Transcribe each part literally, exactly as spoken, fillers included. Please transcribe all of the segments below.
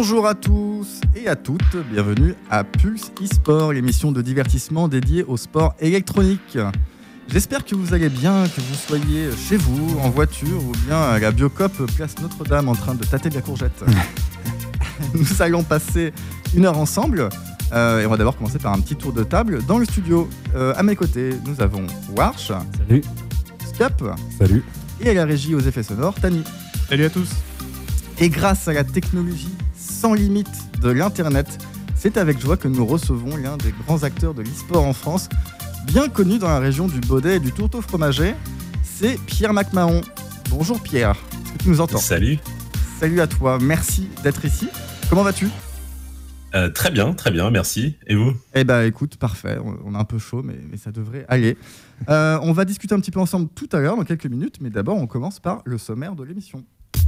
Bonjour à tous et à toutes, bienvenue à Pulse eSport, l'émission de divertissement dédiée au sport électronique. J'espère que vous allez bien, que vous soyez chez vous, en voiture ou bien à la Biocop place Notre-Dame en train de tâter de la courgette. Nous allons passer une heure ensemble euh, et on va d'abord commencer par un petit tour de table. Dans le studio, euh, à mes côtés, nous avons Warsh. Salut. Scup. Salut. Et à la régie aux effets sonores, Tani. Salut à tous. Et grâce à la technologie sans limite de l'internet, c'est avec joie que nous recevons l'un des grands acteurs de l'e-sport en France, bien connu dans la région du Baudet et du Tourteau fromager, c'est Pierre McMahon. Bonjour Pierre, est-ce que tu nous entends ? Salut. Salut à toi, merci d'être ici. Comment vas-tu ? euh, Très bien, très bien, merci. Et vous ? Eh ben écoute, parfait, on a un peu chaud, mais, mais ça devrait aller. Euh, on va discuter un petit peu ensemble tout à l'heure, dans quelques minutes, mais d'abord on commence par le sommaire de l'émission.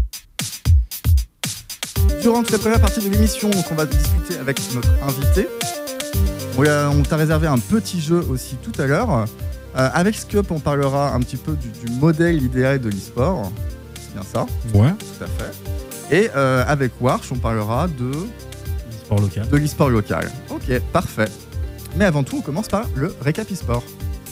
Durant toute la première partie de l'émission, donc on va discuter avec notre invité. On, a, on t'a réservé un petit jeu aussi tout à l'heure. Euh, avec Scup, on parlera un petit peu du, du modèle idéal de l'e-sport. C'est bien ça ? Ouais. Tout à fait. Et euh, avec Warsh, on parlera de... L'e-sport local. De l'e-sport local. Ok, parfait. Mais avant tout, on commence par le récap e-sport.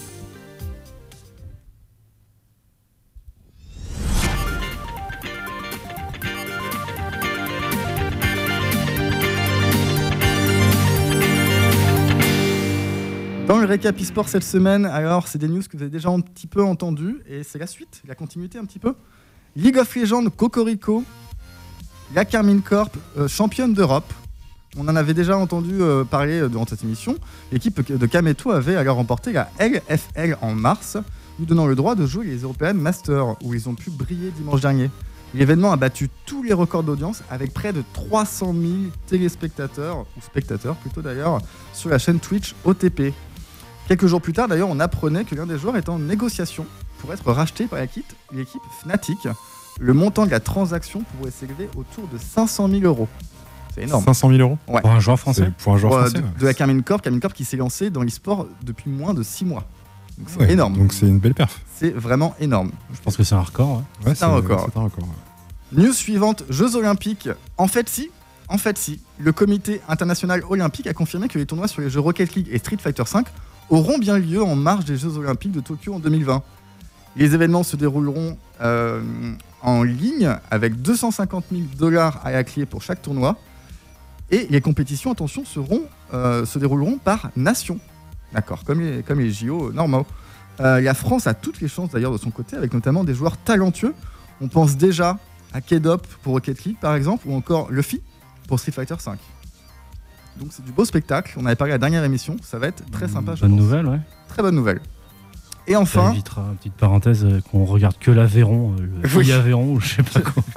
Dans le récap e-sport cette semaine, alors c'est des news que vous avez déjà un petit peu entendues et c'est la suite, la continuité un petit peu. League of Legends Cocorico, la Carmine Corp, euh, championne d'Europe. On en avait déjà entendu euh, parler durant cette émission. L'équipe de Kameto avait alors remporté la L F L en mars, lui donnant le droit de jouer les European Masters, où ils ont pu briller dimanche dernier. L'événement a battu tous les records d'audience avec près de trois cent mille téléspectateurs, ou spectateurs plutôt d'ailleurs, sur la chaîne Twitch O T P. Quelques jours plus tard, d'ailleurs, on apprenait que l'un des joueurs était en négociation pour être racheté par l'équipe, l'équipe Fnatic. Le montant de la transaction pourrait s'élever autour de cinq cent mille euros. C'est énorme. cinq cent mille euros ouais. Pour un joueur français C'est Pour un joueur pour, français de, ouais. de la Carmine Corp, Carmine Corp qui s'est lancé dans l'e-sport depuis moins de six mois. Donc c'est ouais, énorme. Donc c'est une belle perf. C'est vraiment énorme. Je pense que c'est un record. Ouais. Ouais, c'est, un record. C'est un record. Ouais. News suivante, Jeux Olympiques. En fait, si. En fait, si. Le Comité international olympique a confirmé que les tournois sur les jeux Rocket League et Street Fighter cinq auront bien lieu en marge des Jeux Olympiques de Tokyo en deux mille vingt. Les événements se dérouleront euh, en ligne avec deux cent cinquante mille dollars à la clé pour chaque tournoi. Et les compétitions, attention, seront, euh, se dérouleront par nation. D'accord, comme les, comme les J O normaux. Euh, la France a toutes les chances d'ailleurs de son côté, avec notamment des joueurs talentueux. On pense déjà à K-Dop pour Rocket League par exemple, ou encore Luffy pour Street Fighter cinq. Donc c'est du beau spectacle, on avait parlé à la dernière émission, ça va être très sympa. Mmh, bonne nouvelle, ouais. Très bonne nouvelle. Et enfin... Ça évitera, une petite parenthèse, euh, qu'on regarde que l'Aveyron, euh, le oui. Aveyron ou je sais pas quoi.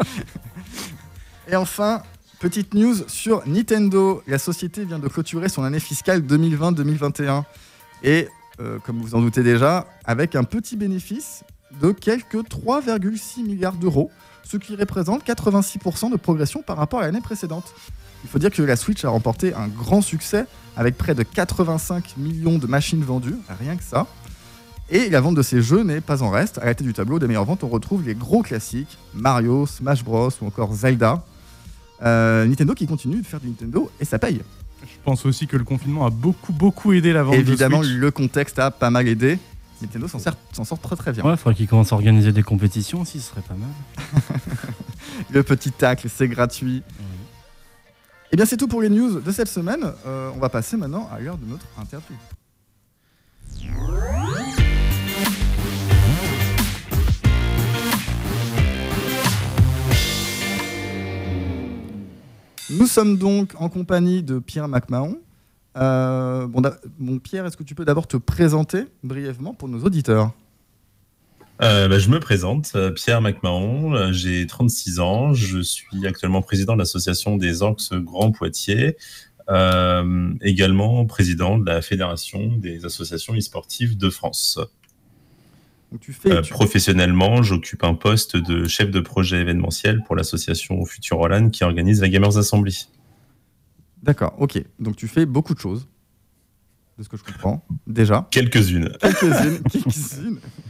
Et enfin, petite news sur Nintendo. La société vient de clôturer son année fiscale deux mille vingt deux mille vingt et un. Et, euh, comme vous en doutez déjà, avec un petit bénéfice de quelques trois virgule six milliards d'euros, ce qui représente quatre-vingt-six pour cent de progression par rapport à l'année précédente. Il faut dire que la Switch a remporté un grand succès avec près de quatre-vingt-cinq millions de machines vendues, rien que ça. Et la vente de ces jeux n'est pas en reste. À la tête du tableau des meilleures ventes, on retrouve les gros classiques, Mario, Smash Bros ou encore Zelda. Euh, Nintendo qui continue de faire du Nintendo et ça paye. Je pense aussi que le confinement a beaucoup, beaucoup aidé la vente Évidemment, de Switch. le contexte a pas mal aidé. Nintendo s'en sort, s'en sort très très bien. Ouais, faudrait qu'ils commencent à organiser des compétitions aussi, ce serait pas mal. Le petit tacle, c'est gratuit. Mmh. Et bien c'est tout pour les news de cette semaine. Euh, on va passer maintenant à l'heure de notre interview. Nous sommes donc en compagnie de Pierre McMahon. Euh, bon, bon, Pierre, est-ce que tu peux d'abord te présenter brièvement pour nos auditeurs ? euh, bah, Je me présente, Pierre McMahon, j'ai trente-six ans, je suis actuellement président de l'association des Orcs Grand Poitiers, euh, également président de la Fédération des associations e-sportives de France. Donc tu fais, euh, tu... Professionnellement, j'occupe un poste de chef de projet événementiel pour l'association Future Holland qui organise la Gamers Assembly. D'accord, ok. Donc tu fais beaucoup de choses, de ce que je comprends, déjà. Quelques-unes. Quelques-unes, quelques-unes.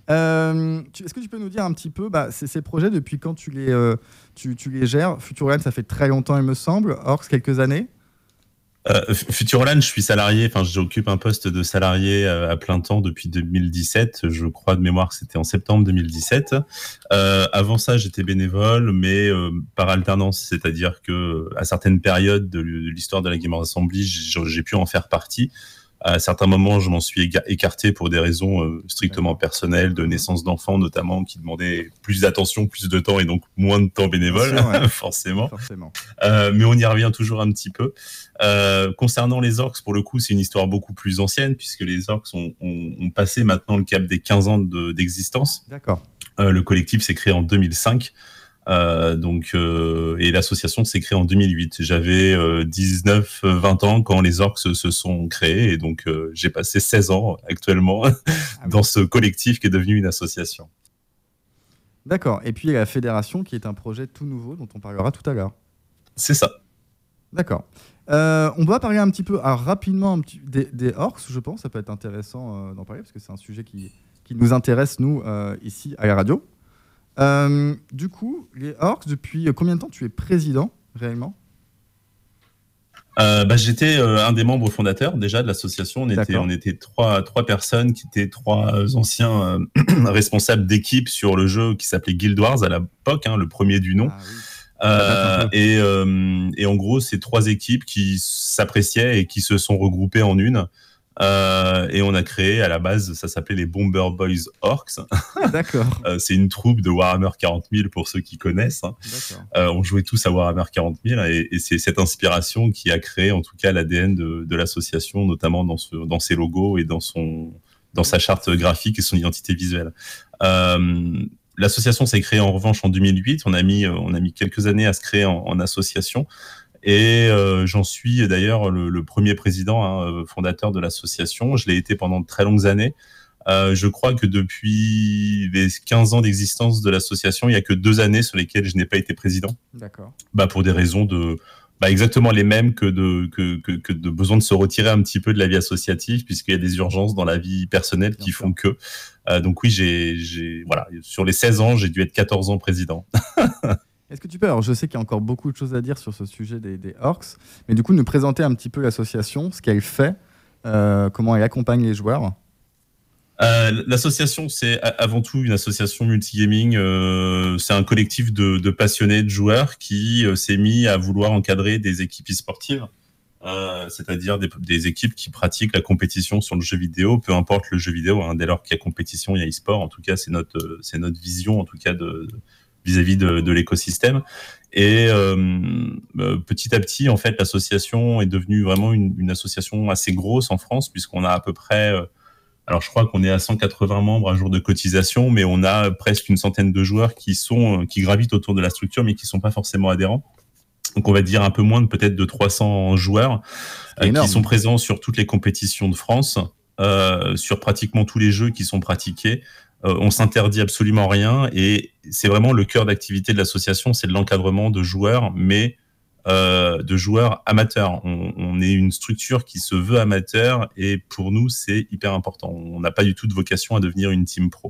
Euh, tu- Est-ce que tu peux nous dire un petit peu, bah, ces, ces projets, depuis quand tu les, euh, tu, tu les gères? Futureland, ça fait très longtemps, il me semble. Orcs, quelques années. Euh, Futureland, je suis salarié, enfin j'occupe un poste de salarié euh, à plein temps depuis deux mille dix-sept, je crois de mémoire que c'était en septembre deux mille dix-sept. Euh, avant ça, j'étais bénévole, mais euh, par alternance, c'est-à-dire que à certaines périodes de l'histoire de la Gamers Assembly, j'ai j'ai pu en faire partie. À certains moments, je m'en suis éga- écarté pour des raisons euh, strictement personnelles, de naissance d'enfants notamment, qui demandaient plus d'attention, plus de temps et donc moins de temps bénévole, Bien sûr, ouais. forcément. Forcément. Euh, mais on y revient toujours un petit peu. Euh, concernant les orcs, pour le coup, c'est une histoire beaucoup plus ancienne, puisque les orcs ont, ont, ont passé maintenant le cap des quinze ans de- d'existence. D'accord. Euh, le collectif s'est créé en deux mille cinq. Euh, donc, euh, et l'association s'est créée en deux mille huit. J'avais euh, dix-neuf vingt ans quand les orcs se, se sont créés, et donc euh, j'ai passé seize ans actuellement Ah oui. dans ce collectif qui est devenu une association. D'accord. Et puis la fédération, qui est un projet tout nouveau dont on parlera tout à l'heure. C'est ça. D'accord. Euh, on va parler un petit peu, alors, rapidement, un petit, des, des orcs, je pense. Ça peut être intéressant euh, d'en parler parce que c'est un sujet qui, qui nous intéresse, nous, euh, ici à la radio. Euh, du coup, les orcs, depuis combien de temps tu es président réellement? Euh, bah, j'étais euh, un des membres fondateurs déjà de l'association. On était, D'accord. on était trois, trois personnes qui étaient trois anciens euh, responsables d'équipe sur le jeu qui s'appelait Guild Wars à l'époque, hein, le premier du nom. Ah oui. Euh, un peu. et, euh, et en gros, c'est trois équipes qui s'appréciaient et qui se sont regroupées en une. Euh, et on a créé, à la base, ça s'appelait les Bomber Boys Orcs. D'accord. Euh, c'est une troupe de Warhammer quarante mille pour ceux qui connaissent. Hein. D'accord. Euh, on jouait tous à Warhammer quarante mille et, et c'est cette inspiration qui a créé en tout cas l'A D N de, de l'association, notamment dans, ce, dans ses logos et dans, son, dans sa charte graphique et son identité visuelle. Euh, l'association s'est créée en revanche en deux mille huit. On a mis, on a mis quelques années à se créer en, en association. Et euh, j'en suis d'ailleurs le, le premier président, hein, fondateur de l'association. Je l'ai été pendant de très longues années. Euh, je crois que depuis les quinze ans d'existence de l'association, il n'y a que deux années sur lesquelles je n'ai pas été président. D'accord. Bah, pour des raisons de, bah, exactement les mêmes que de, que, que, que de besoin de se retirer un petit peu de la vie associative, puisqu'il y a des urgences dans la vie personnelle Bien qui sûr. font que. Euh, donc oui, j'ai, j'ai, voilà, sur les seize ans, j'ai dû être quatorze ans président. Est-ce que tu peux, alors je sais qu'il y a encore beaucoup de choses à dire sur ce sujet des, des orcs, mais du coup nous présenter un petit peu l'association, ce qu'elle fait, euh, comment elle accompagne les joueurs. Euh, l'association, c'est a- avant tout une association multigaming. Euh, c'est un collectif de, de passionnés, de joueurs qui euh, s'est mis à vouloir encadrer des équipes e-sportives, euh, c'est-à-dire des, des équipes qui pratiquent la compétition sur le jeu vidéo, peu importe le jeu vidéo. Hein, dès lors qu'il y a compétition, il y a e-sport. En tout cas, c'est notre, euh, c'est notre vision, en tout cas de, de vis-à-vis de, de l'écosystème. Et euh, euh, petit à petit, en fait, l'association est devenue vraiment une, une association assez grosse en France, puisqu'on a à peu près euh, alors, je crois qu'on est à cent quatre-vingts membres à jour de cotisation, mais on a presque une centaine de joueurs qui sont, qui gravitent autour de la structure, mais qui sont pas forcément adhérents. Donc, on va dire un peu moins de peut-être de trois cents joueurs euh, qui sont présents sur toutes les compétitions de France, euh, sur pratiquement tous les jeux qui sont pratiqués. Euh, on s'interdit absolument rien et c'est vraiment le cœur d'activité de l'association, c'est de l'encadrement de joueurs, mais Euh, de joueurs amateurs. On, on est une structure qui se veut amateur et pour nous, c'est hyper important. On n'a pas du tout de vocation à devenir une team pro.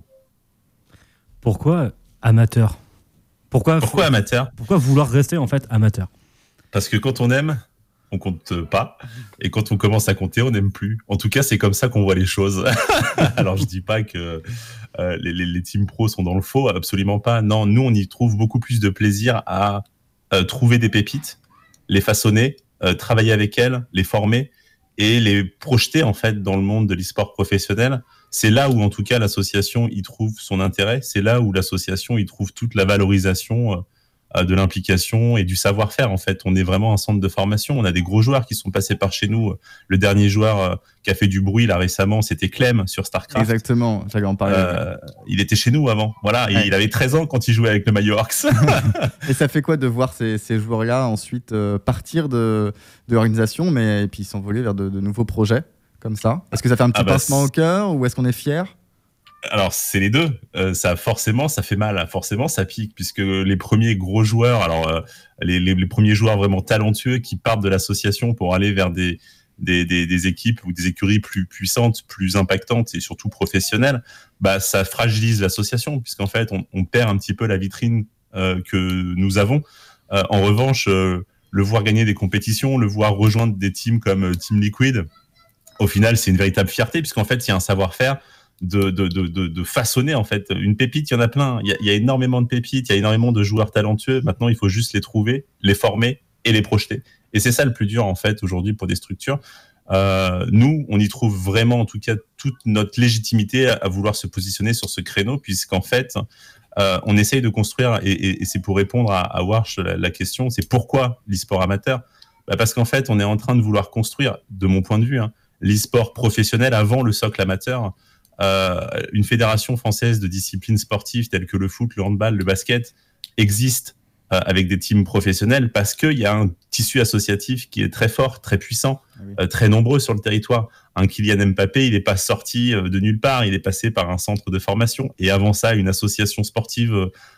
Pourquoi amateur? Pourquoi, Pourquoi faut- amateur? Pourquoi vouloir rester en fait amateur? Parce que quand on aime, on compte pas. Et quand on commence à compter, on n'aime plus. En tout cas, c'est comme ça qu'on voit les choses. Alors, je dis pas que euh, les, les, les team pros sont dans le faux, absolument pas. Non, nous, on y trouve beaucoup plus de plaisir à euh, trouver des pépites, les façonner, euh, travailler avec elles, les former et les projeter en fait dans le monde de l'e-sport professionnel. C'est là où en tout cas l'association y trouve son intérêt, c'est là où l'association y trouve toute la valorisation euh, de l'implication et du savoir-faire. En fait, on est vraiment un centre de formation. On a des gros joueurs qui sont passés par chez nous. Le dernier joueur euh, qui a fait du bruit là récemment, c'était Clem sur StarCraft. Exactement, j'allais en parler. Euh, il était chez nous avant. Voilà, Ouais. il avait treize ans quand il jouait avec le maillot Orcs. Et ça fait quoi de voir ces, ces joueurs-là ensuite euh, partir de, de l'organisation, mais et puis s'envoler vers de, de nouveaux projets comme ça? Est-ce que ça fait un petit Ah bah, pincement au cœur ou est-ce qu'on est fier? Alors, c'est les deux. Euh, ça, forcément, ça fait mal. Forcément, ça pique, puisque les premiers gros joueurs, alors euh, les, les, les premiers joueurs vraiment talentueux qui partent de l'association pour aller vers des, des, des, des équipes ou des écuries plus puissantes, plus impactantes et surtout professionnelles, bah, ça fragilise l'association, puisqu'en fait, on, on perd un petit peu la vitrine euh, que nous avons. Euh, en revanche, euh, le voir gagner des compétitions, le voir rejoindre des teams comme euh, Team Liquid, au final, c'est une véritable fierté, puisqu'en fait, il y a un savoir-faire de, de, de, de, de façonner, en fait. Une pépite, il y en a plein. Il y a, il y a énormément de pépites, il y a énormément de joueurs talentueux. Maintenant, il faut juste les trouver, les former et les projeter. Et c'est ça le plus dur, en fait, aujourd'hui, pour des structures. Euh, nous, on y trouve vraiment, en tout cas, toute notre légitimité à, à vouloir se positionner sur ce créneau, puisqu'en fait, euh, on essaye de construire, et, et, et c'est pour répondre à, à Warsh la, la question, c'est pourquoi l'e-sport amateur ? Bah parce qu'en fait, on est en train de vouloir construire, de mon point de vue, hein, l'e-sport professionnel avant le socle amateur. Euh, une fédération française de disciplines sportives telles que le foot, le handball, le basket existe Euh, avec des teams professionnels parce qu'il y a un tissu associatif qui est très fort, très puissant, ah oui. euh, très nombreux sur le territoire. Un Kylian Mbappé, il n'est pas sorti euh, de nulle part, il est passé par un centre de formation et avant ça, une association sportive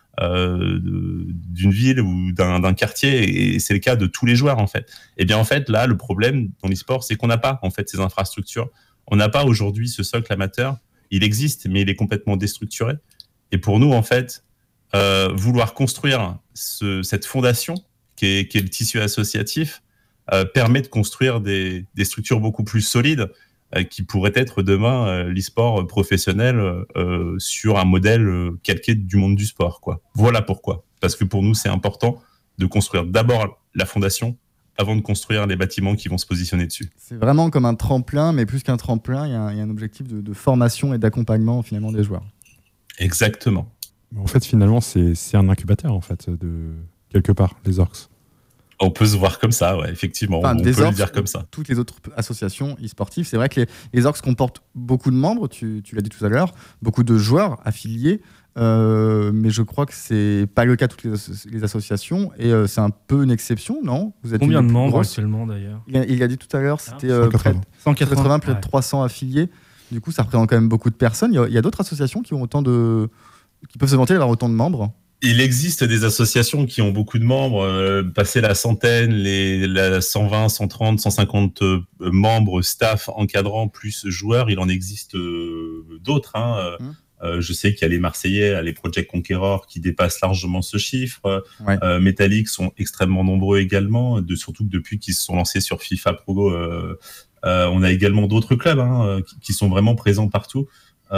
euh, de, d'une ville ou d'un, d'un quartier, et c'est le cas de tous les joueurs en fait. Et bien en fait, là, le problème dans l'e-sport, c'est qu'on n'a pas en fait ces infrastructures. On n'a pas aujourd'hui ce socle amateur. Il existe, mais il est complètement déstructuré. Et pour nous, en fait, Euh, vouloir construire ce, cette fondation qui est, qui est le tissu associatif euh, permet de construire des, des structures beaucoup plus solides euh, qui pourraient être demain euh, l'e-sport professionnel euh, sur un modèle euh, calqué du monde du sport, quoi. Voilà pourquoi. Parce que pour nous, c'est important de construire d'abord la fondation avant de construire les bâtiments qui vont se positionner dessus. C'est vraiment comme un tremplin, mais plus qu'un tremplin, il y a un, il y a un objectif de, de formation et d'accompagnement finalement des joueurs. Exactement. En fait, finalement, c'est, c'est un incubateur, en fait, de quelque part, les orcs. On peut se voir comme ça, ouais, effectivement. Enfin, on des peut orcs, le dire comme ça. Toutes les autres associations e-sportives, c'est vrai que les, les orcs comportent beaucoup de membres, tu, tu l'as dit tout à l'heure, beaucoup de joueurs affiliés, euh, mais je crois que c'est pas le cas de toutes les, as- les associations, et euh, c'est un peu une exception, non ? Vous êtes Combien une de plus membres grosse. actuellement d'ailleurs ? Il a, il a dit tout à l'heure, c'était euh, près de cent quatre-vingts, cent quatre-vingts, près de ouais. trois cents affiliés. Du coup, ça représente quand même beaucoup de personnes. Il y a, il y a d'autres associations qui ont autant de, qui peuvent se vanter d'avoir autant de membres. Il existe des associations qui ont beaucoup de membres, euh, passé la centaine, les la cent vingt, cent trente, cent cinquante euh, membres, staff, encadrants, plus joueurs. Il en existe euh, d'autres. Hein. Mmh. Euh, je sais qu'il y a les Marseillais, les Project Conqueror qui dépassent largement ce chiffre. Ouais. Euh, Metallic sont extrêmement nombreux également, de, surtout que depuis qu'ils se sont lancés sur FIFA Pro, euh, euh, on a également d'autres clubs hein, qui, qui sont vraiment présents partout.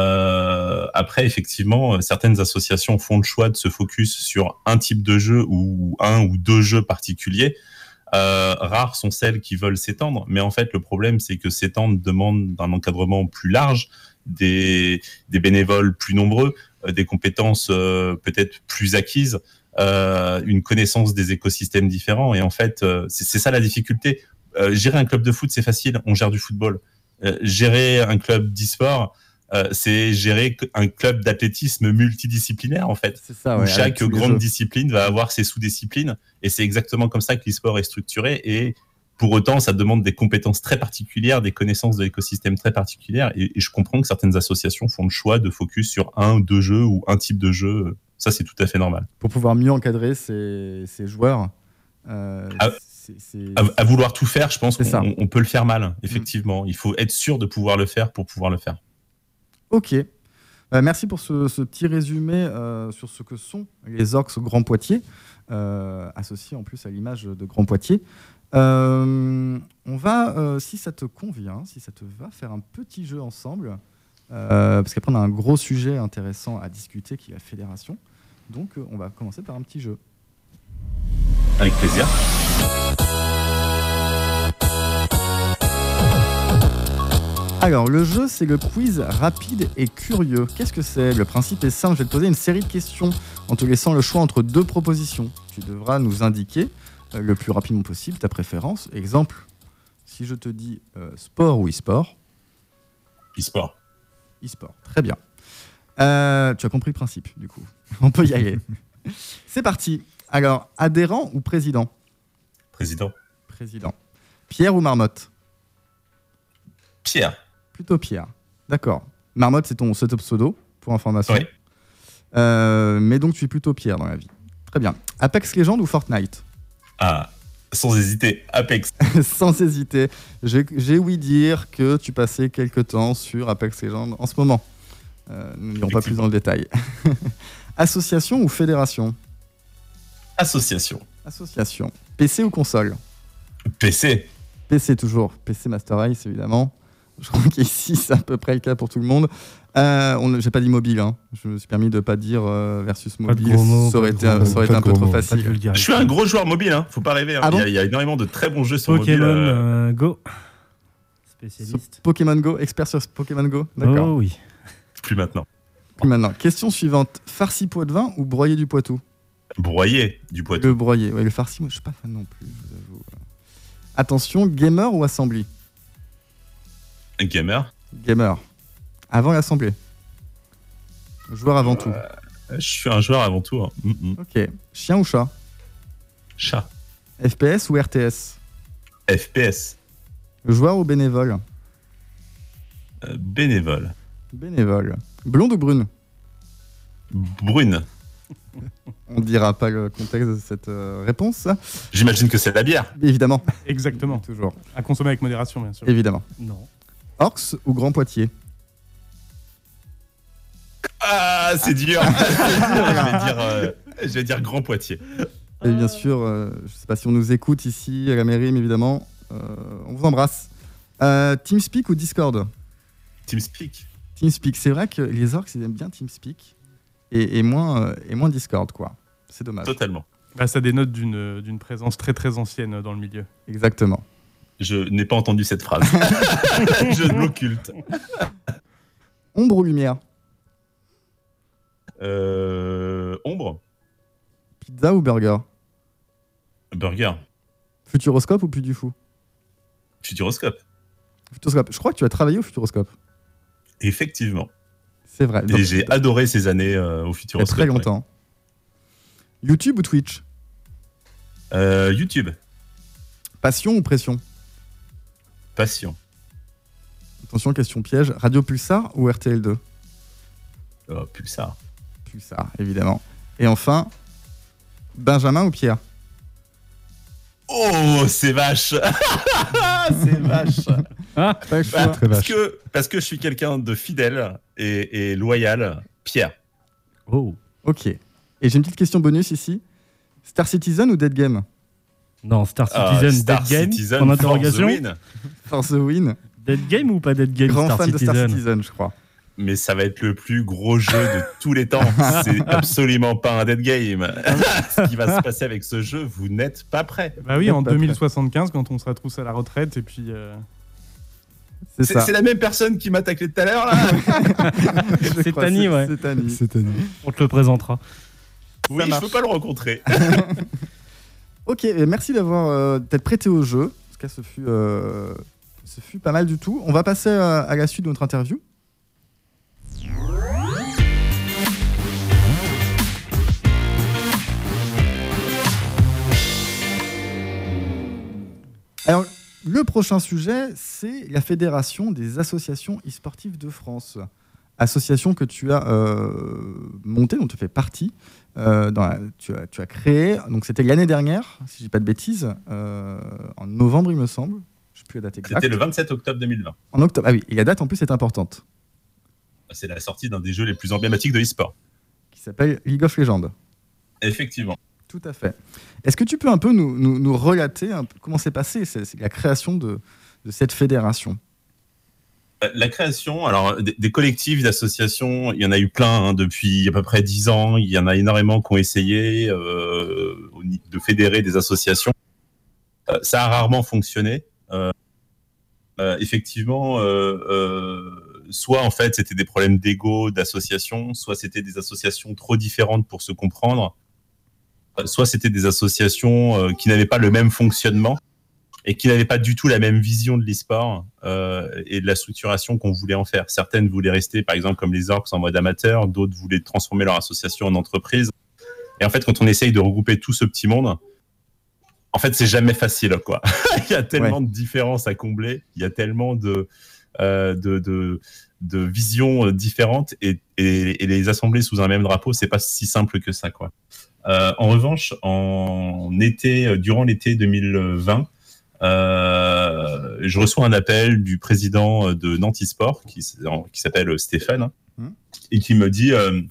Euh, après, effectivement, certaines associations font le choix de se focus sur un type de jeu ou un ou deux jeux particuliers. Euh, rares sont celles qui veulent s'étendre, mais en fait, le problème, c'est que s'étendre demande un encadrement plus large, des, des bénévoles plus nombreux, euh, des compétences euh, peut-être plus acquises, euh, une connaissance des écosystèmes différents. Et en fait, euh, c'est, c'est ça la difficulté. Euh, gérer un club de foot, c'est facile, on gère du football. Euh, gérer un club d'e-sport, Euh, c'est gérer un club d'athlétisme multidisciplinaire en fait, c'est ça, ouais, où chaque grande discipline va avoir ses sous-disciplines et c'est exactement comme ça que l'e-sport est structuré et pour autant ça demande des compétences très particulières, des connaissances de l'écosystème très particulières et, et je comprends que certaines associations font le choix de focus sur un ou deux jeux ou un type de jeu, ça c'est tout à fait normal. Pour pouvoir mieux encadrer ces, ces joueurs, euh, à, c'est, c'est... À, à vouloir tout faire, je pense c'est qu'on ça. on peut le faire mal, effectivement, mmh. Il faut être sûr de pouvoir le faire pour pouvoir le faire. Ok, euh, merci pour ce, ce petit résumé euh, sur ce que sont les orcs Grand Poitiers, euh, associés en plus à l'image de Grand Poitiers. Euh, on va, euh, si ça te convient, si ça te va, faire un petit jeu ensemble, euh, parce qu'après on a un gros sujet intéressant à discuter qui est la fédération. Donc euh, on va commencer par un petit jeu. Avec plaisir. Alors, le jeu, c'est le quiz rapide et curieux. Qu'est-ce que c'est ? Le principe est simple, je vais te poser une série de questions en te laissant le choix entre deux propositions. Tu devras nous indiquer euh, le plus rapidement possible ta préférence. Exemple, si je te dis euh, sport ou e-sport ? E-sport. E-sport, très bien. Euh, tu as compris le principe, du coup. On peut y aller. C'est parti. Alors, adhérent ou président ? Président. Président. Pierre ou Marmotte ? Pierre. Plutôt Pierre. D'accord. Marmotte, c'est ton, c'est ton pseudo, pour information. Oui. Euh, mais donc, tu es plutôt Pierre dans la vie. Très bien. Apex Legends ou Fortnite ? Ah, Sans hésiter, Apex. Sans hésiter. J'ai, j'ai ouï dire que tu passais quelques temps sur Apex Legends en ce moment. Euh, nous n'irons pas plus dans le détail. Association ou fédération ? Association. Association. P C ou console ? P C. P C toujours. P C Master Race, évidemment. Je crois qu'ici, c'est à peu près le cas pour tout le monde. Euh, on, j'ai pas dit mobile. Hein. Je me suis permis de ne pas dire euh, versus Pas de mobile. gros mots, ça aurait pas été, de gros ça aurait été mots, un pas peu de trop gros mots. Pas de facile. vulgarité. Je suis un gros joueur mobile, hein. Faut pas rêver. Hein. Ah il, y bon a, il y a énormément de très bons jeux sur Pokémon mobile. euh, euh, Go. Sur Spécialiste. Pokémon Go, expert sur Pokémon Go. D'accord. Oh oui. Plus maintenant. Puis maintenant, question suivante. Farci poids de vin ou broyer du Poitou ? Broyer du Poitou. Le broyer. Ouais, le farci, moi, je suis pas fan non plus, je vous avoue. Attention, gamer ou assemblée ? Gamer. Gamer. Avant l'assemblée. Joueur avant tout. Je suis un joueur avant tout. Hein. Mm-mm. Ok. Chien ou chat ? Chat. F P S ou R T S ? F P S. Joueur ou bénévole ? Euh, bénévole. Bénévole. Blonde ou brune ? Brune. On ne dira pas le contexte de cette euh, réponse. J'imagine que c'est la bière. Évidemment. Exactement. Toujours. À consommer avec modération, bien sûr. Évidemment. Non. Orcs ou Grand Poitiers ? Ah, c'est dur. je, vais dire, euh, je vais dire Grand Poitiers. Et bien sûr, euh, je ne sais pas si on nous écoute ici à la mairie, mais évidemment, euh, on vous embrasse. Euh, TeamSpeak ou Discord ? TeamSpeak. TeamSpeak, c'est vrai que les orcs, ils aiment bien TeamSpeak et, et, moins, euh, et moins Discord, quoi. C'est dommage. Totalement. Bah, ça dénote d'une, d'une présence très très ancienne dans le milieu. Exactement. Je n'ai pas entendu cette phrase. Je l'occulte. Ombre ou lumière ? Euh, ombre. Pizza ou burger ? Burger. Futuroscope ou Puy du Fou ? Futuroscope. Futuroscope. Je crois que tu as travaillé au Futuroscope. Effectivement. C'est vrai. Et Donc, j'ai adoré ces années euh, au il y a Futuroscope. très longtemps. YouTube ou Twitch ? Ouais. Euh, YouTube. Passion ou pression ? Passion. Attention, question piège. Radio Pulsar ou R T L deux ? Oh, Pulsar. Pulsar, évidemment. Et enfin, Benjamin ou Pierre ? Oh, c'est vache. C'est vache. Ah, Pas le choix. Bah, Très parce, vache. que, parce que je suis quelqu'un de fidèle et, et loyal. Pierre. oh. Ok. Et j'ai une petite question bonus ici. Star Citizen ou Dead Game ? Non, Star Ah, Citizen, Star Dead Game. Citizen, En for the interrogation. win. For the win. Dead Game ou pas Dead Game Grand Star fan Citizen. de Star Citizen, je crois. Mais ça va être le plus gros jeu de tous les temps. C'est absolument pas un dead game. Ce qui va se passer avec ce jeu, vous n'êtes pas prêts. Bah oui, Pas en prêt. deux mille soixante-quinze, quand on sera tous à la retraite, et puis... euh, C'est C'est ça. c'est la même personne qui m'a taclé tout à l'heure, là. Je C'est crois, Tani, ouais. C'est Tani. C'est un- On te le présentera. Oui, je marche. peux pas le rencontrer. Ok, et merci d'avoir euh, d'être prêté au jeu. En tout cas, ce fut, euh, ce fut pas mal du tout. On va passer à, à la suite de notre interview. Alors, le prochain sujet, c'est la Fédération des associations e-sportives de France. Association que tu as euh, montée, dont tu fais partie. Euh, dans la- tu, as, tu as créé, donc c'était l'année dernière, si je dis pas de bêtises, euh, en novembre, il me semble. Je ne sais plus la date exacte. C'était le vingt-sept octobre deux mille vingt. En octobre. Ah oui, et la date en plus est importante, C'est la sortie d'un des jeux les plus emblématiques de l'e-sport. qui s'appelle League of Legends. Effectivement. Tout à fait. Est-ce que tu peux un peu nous, nous, nous relater un peu comment s'est passé c'est, c'est la création de, de cette fédération? La création, alors des, des collectifs, d'associations, il y en a eu plein hein, depuis à peu près dix ans. Il y en a énormément qui ont essayé euh, de fédérer des associations. Euh, ça a rarement fonctionné. Euh, euh, effectivement, euh, euh, soit en fait c'était des problèmes d'ego, d'association, soit c'était des associations trop différentes pour se comprendre, euh, soit c'était des associations euh, qui n'avaient pas le même fonctionnement et qui n'avaient pas du tout la même vision de l'e-sport euh, et de la structuration qu'on voulait en faire. Certaines voulaient rester, par exemple, comme les Orcs en mode amateur, d'autres voulaient transformer leur association en entreprise. Et en fait, quand on essaye de regrouper tout ce petit monde, en fait, c'est jamais facile, quoi. Il y a tellement Ouais. de différences à combler, il y a tellement de, euh, de, de, de visions différentes et, et, et les assembler sous un même drapeau, c'est pas si simple que ça, quoi. Euh, en revanche, en été, durant l'été deux mille vingt, euh, je reçois un appel du président de Nanti Sport, qui, qui s'appelle Stéphane, hein, mmh. et qui me dit euh,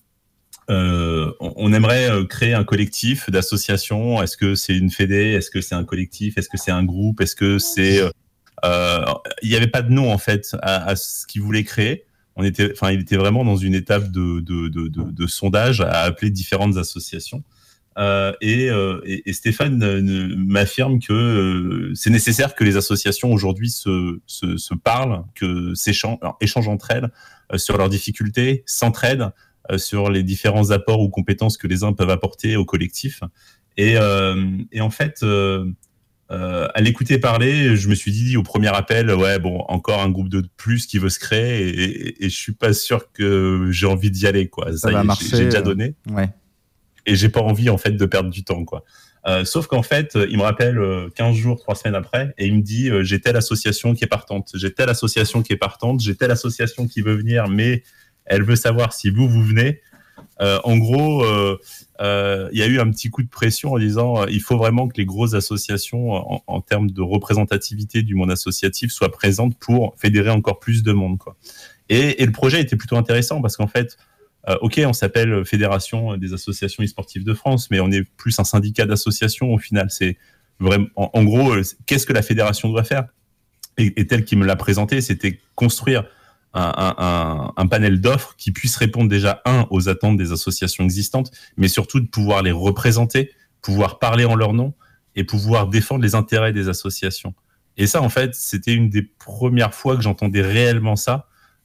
euh, on aimerait créer un collectif d'associations. Est-ce que c'est une fédé? Est-ce que c'est un collectif? Est-ce que c'est un groupe? Est-ce que c'est... Euh, il n'y avait pas de nom, en fait, à, à ce qu'il voulait créer. On était, enfin, il était vraiment dans une étape de, de, de, de, de sondage à appeler différentes associations. Euh, et, euh, et, et Stéphane euh, m'affirme que euh, c'est nécessaire que les associations aujourd'hui se, se, se parlent, que s'échangent, échangent entre elles euh, sur leurs difficultés, s'entraident euh, sur les différents apports ou compétences que les uns peuvent apporter au collectif. Et, euh, et en fait, euh, euh, à l'écouter parler, je me suis dit au premier appel, ouais, bon, encore un groupe de plus qui veut se créer, et, et, et je suis pas sûr que j'ai envie d'y aller, quoi. Ça, ça y va est, marcher. J'ai déjà donné. Euh, ouais. Et j'ai pas envie, en fait, de perdre du temps, quoi. Euh, sauf qu'en fait, il me rappelle euh, quinze jours, trois semaines après, et il me dit euh, j'ai telle association qui est partante, j'ai telle association qui est partante, j'ai telle association qui veut venir, mais elle veut savoir si vous, vous venez. Euh, en gros, il euh, euh, y a eu un petit coup de pression en disant euh, il faut vraiment que les grosses associations, en, en termes de représentativité du monde associatif, soient présentes pour fédérer encore plus de monde, quoi. Et, et le projet était plutôt intéressant parce qu'en fait, Euh, ok, on s'appelle Fédération des associations e-sportives de France, mais on est plus un syndicat d'associations au final. C'est vraiment, en, en gros, euh, qu'est-ce que la fédération doit faire? Et, et tel qu'il me l'a présenté, c'était construire un, un, un, un panel d'offres qui puisse répondre déjà, un, aux attentes des associations existantes, mais surtout de pouvoir les représenter, pouvoir parler en leur nom et pouvoir défendre les intérêts des associations. Et ça, en fait, c'était une des premières fois que j'entendais réellement ça.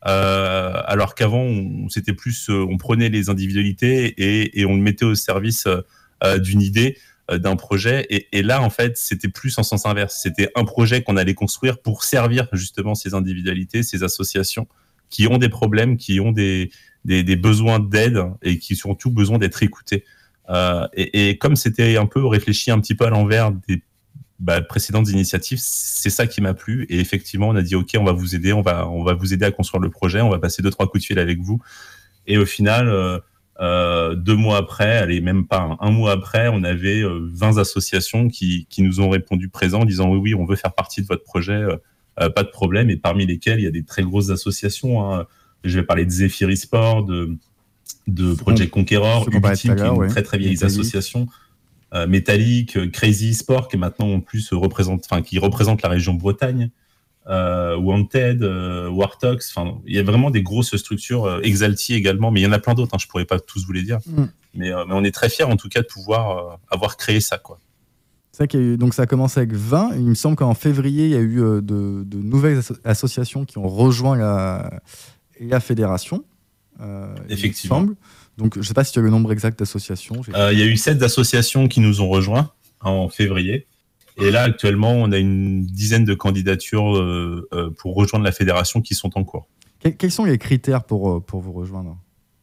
Euh, alors qu'avant, on, c'était plus, euh, on prenait les individualités et, et on le mettait au service euh, d'une idée, euh, d'un projet. Et, et là, en fait, c'était plus en sens inverse. C'était un projet qu'on allait construire pour servir justement ces individualités, ces associations qui ont des problèmes, qui ont des, des, des besoins d'aide et qui ont surtout besoin d'être écoutées. Euh, et, et comme c'était un peu réfléchi un petit peu à l'envers des Bah, précédentes initiatives, c'est ça qui m'a plu. Et effectivement, on a dit, OK, on va vous aider, on va, on va vous aider à construire le projet, on va passer deux, trois coups de fil avec vous. Et au final, euh, euh, deux mois après, allez, même pas un, un mois après, on avait euh, vingt associations qui, qui nous ont répondu présents en disant, oui, oui, on veut faire partie de votre projet, euh, euh, pas de problème. Et parmi lesquelles, il y a des très grosses associations. Hein. Je vais parler de Zephyr eSport, de, de Project Conqueror, Ubitim, qui est une ouais. très, très vieille association. Euh, Métallique, euh, Crazy Sport, qui maintenant en plus représente, enfin qui représente la région Bretagne, euh, Wanted, euh, Wartox, enfin il y a vraiment des grosses structures, euh, Exalti également, mais il y en a plein d'autres. Hein, je pourrais pas tous vous les dire, mm. mais, euh, mais on est très fiers en tout cas de pouvoir euh, avoir créé ça, quoi. C'est ça qu'il y a eu, donc ça a commencé avec vingt. Il me semble qu'en février il y a eu euh, de, de nouvelles asso- associations qui ont rejoint la, la fédération. Euh, Effectivement. Il me semble. Donc, je ne sais pas si tu as le nombre exact d'associations. Il euh, y a eu sept associations qui nous ont rejoints en février. Et là, actuellement, on a une dizaine de candidatures euh, euh, pour rejoindre la fédération qui sont en cours. Que- quels sont les critères pour, pour vous rejoindre?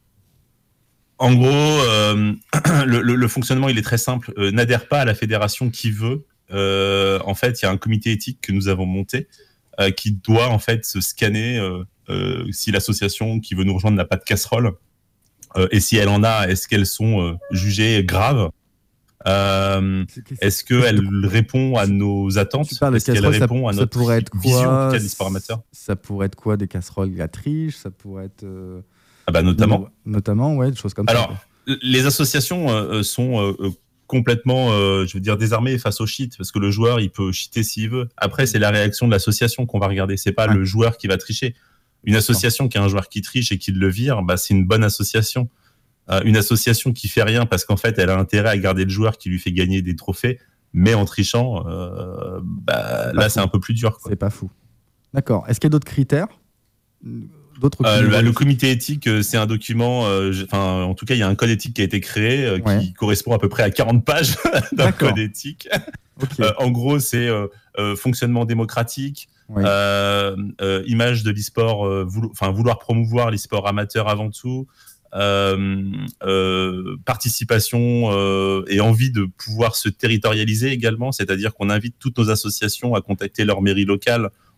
En gros, euh, le, le, le fonctionnement, il est très simple. Euh, n'adhère pas à la fédération qui veut. Euh, en fait, il y a un comité éthique que nous avons monté euh, qui doit en fait se scanner euh, euh, si l'association qui veut nous rejoindre n'a pas de casserole. Euh, et si elle en a, est-ce qu'elles sont euh, jugées graves? euh, Est-ce qu'elle répond à nos attentes? Tu parles de Est-ce qu'elle répond ça, à notre ça pourrait être vision quoi, en tout cas, de l'e-sport amateur? Ça pourrait être quoi? Des casseroles à triche? Ça pourrait être... Euh... Ah bah notamment. Notamment, ouais, des choses comme Alors, ça. Alors, les associations euh, sont euh, complètement, euh, je veux dire, désarmées face au cheat, parce que le joueur, il peut cheater s'il veut. Après, c'est la réaction de l'association qu'on va regarder. C'est pas ouais. le joueur qui va tricher. Une association qui a un joueur qui triche et qui le vire, bah, c'est une bonne association. Euh, une association qui fait rien parce qu'en fait, elle a intérêt à garder le joueur qui lui fait gagner des trophées, mais en trichant, euh, bah, là, fou. C'est un peu plus dur, quoi. C'est pas fou. D'accord. Est-ce qu'il y a d'autres critères? D'autres euh, le, le comité éthique, c'est un document, euh, enfin, en tout cas, il y a un code éthique qui a été créé euh, ouais. qui correspond à peu près à quarante pages d'un D'accord. code éthique. Okay. Euh, en gros, c'est euh, euh, fonctionnement démocratique, oui. euh, euh, image de l'e-sport, euh, voulo- enfin, vouloir promouvoir l'e-sport amateur avant tout, euh, euh, participation euh, et envie de pouvoir se territorialiser également, c'est-à-dire qu'on invite toutes nos associations à contacter leur mairie locale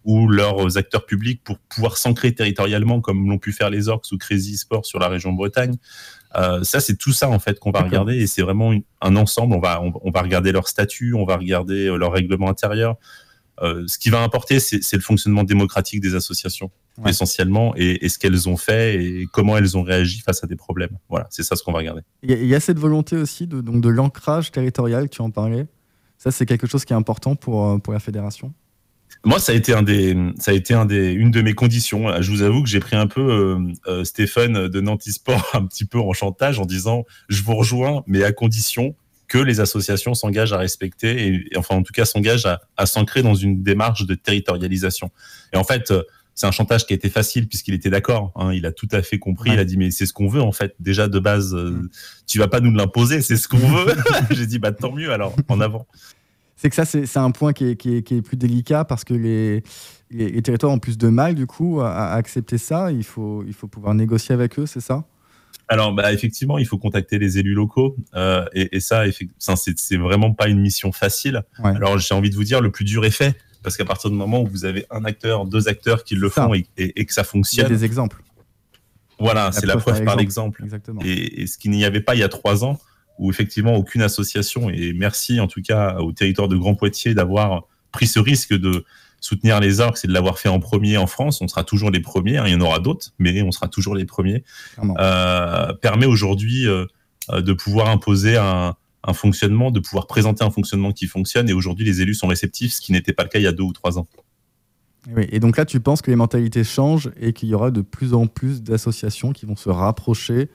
ou leurs acteurs publics pour pouvoir s'ancrer territorialement comme l'ont pu faire les Orcs ou Crazy Sport sur la région Bretagne. Euh, ça, c'est tout ça en fait qu'on va D'accord. regarder et c'est vraiment une, un ensemble. On va, on, on va regarder leur statut, on va regarder euh, leur règlement intérieur. Euh, ce qui va importer, c'est, c'est le fonctionnement démocratique des associations, ouais. essentiellement, et, et ce qu'elles ont fait et comment elles ont réagi face à des problèmes. Voilà, c'est ça ce qu'on va regarder. Il y a, il y a cette volonté aussi de, donc de l'ancrage territorial, tu en parlais. Ça, c'est quelque chose qui est important pour, pour la fédération. Moi, ça a été, un des, ça a été un des, une de mes conditions. Je vous avoue que j'ai pris un peu euh, euh, Stéphane de Nantes Sport un petit peu en chantage en disant « je vous rejoins, mais à condition que les associations s'engagent à respecter, et, et enfin en tout cas s'engagent à, à s'ancrer dans une démarche de territorialisation. » Et en fait, c'est un chantage qui a été facile puisqu'il était d'accord. Hein, il a tout à fait compris. Ouais. Il a dit « mais c'est ce qu'on veut en fait. Déjà de base, euh, mmh. tu vas pas nous l'imposer, c'est ce qu'on veut. » J'ai dit « bah tant mieux alors, en avant. » C'est que ça, c'est, c'est un point qui est, qui, est, qui est plus délicat parce que les, les, les territoires ont plus de mal du coup à, à accepter ça. Il faut, il faut pouvoir négocier avec eux, c'est ça ? Alors, bah, effectivement, il faut contacter les élus locaux euh, et, et ça, ça c'est, c'est vraiment pas une mission facile. Ouais. Alors, j'ai envie de vous dire, le plus dur est fait parce qu'à partir du moment où vous avez un acteur, deux acteurs qui le ça. font et, et, et que ça fonctionne. Il y a des exemples. Voilà, la c'est la preuve par l'exemple. Exactement. Et, et ce qu'il n'y avait pas il y a trois ans, où effectivement aucune association, et merci en tout cas au territoire de Grand Poitiers d'avoir pris ce risque de soutenir les Orcs et de l'avoir fait en premier en France. On sera toujours les premiers, hein, il y en aura d'autres, mais on sera toujours les premiers. Euh, permet aujourd'hui euh, de pouvoir imposer un, un fonctionnement, de pouvoir présenter un fonctionnement qui fonctionne, et aujourd'hui les élus sont réceptifs, ce qui n'était pas le cas il y a deux ou trois ans. Oui, et donc là tu penses que les mentalités changent et qu'il y aura de plus en plus d'associations qui vont se rapprocher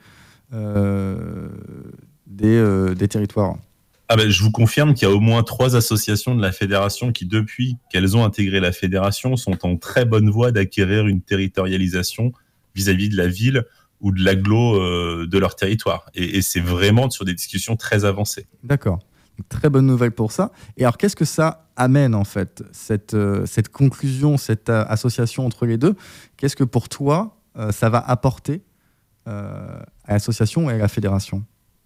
euh, Des, euh, des territoires. Ah ben, je vous confirme qu'il y a au moins trois associations de la fédération qui, depuis qu'elles ont intégré la fédération, sont en très bonne voie d'acquérir une territorialisation vis-à-vis de la ville ou de l'agglo euh, de leur territoire. Et, et c'est vraiment sur des discussions très avancées. D'accord. Très bonne nouvelle pour ça. Et alors, qu'est-ce que ça amène, en fait, cette, euh, cette conclusion, cette euh, association entre les deux ? Qu'est-ce que, pour toi, euh, ça va apporter euh, à l'association et à la fédération ?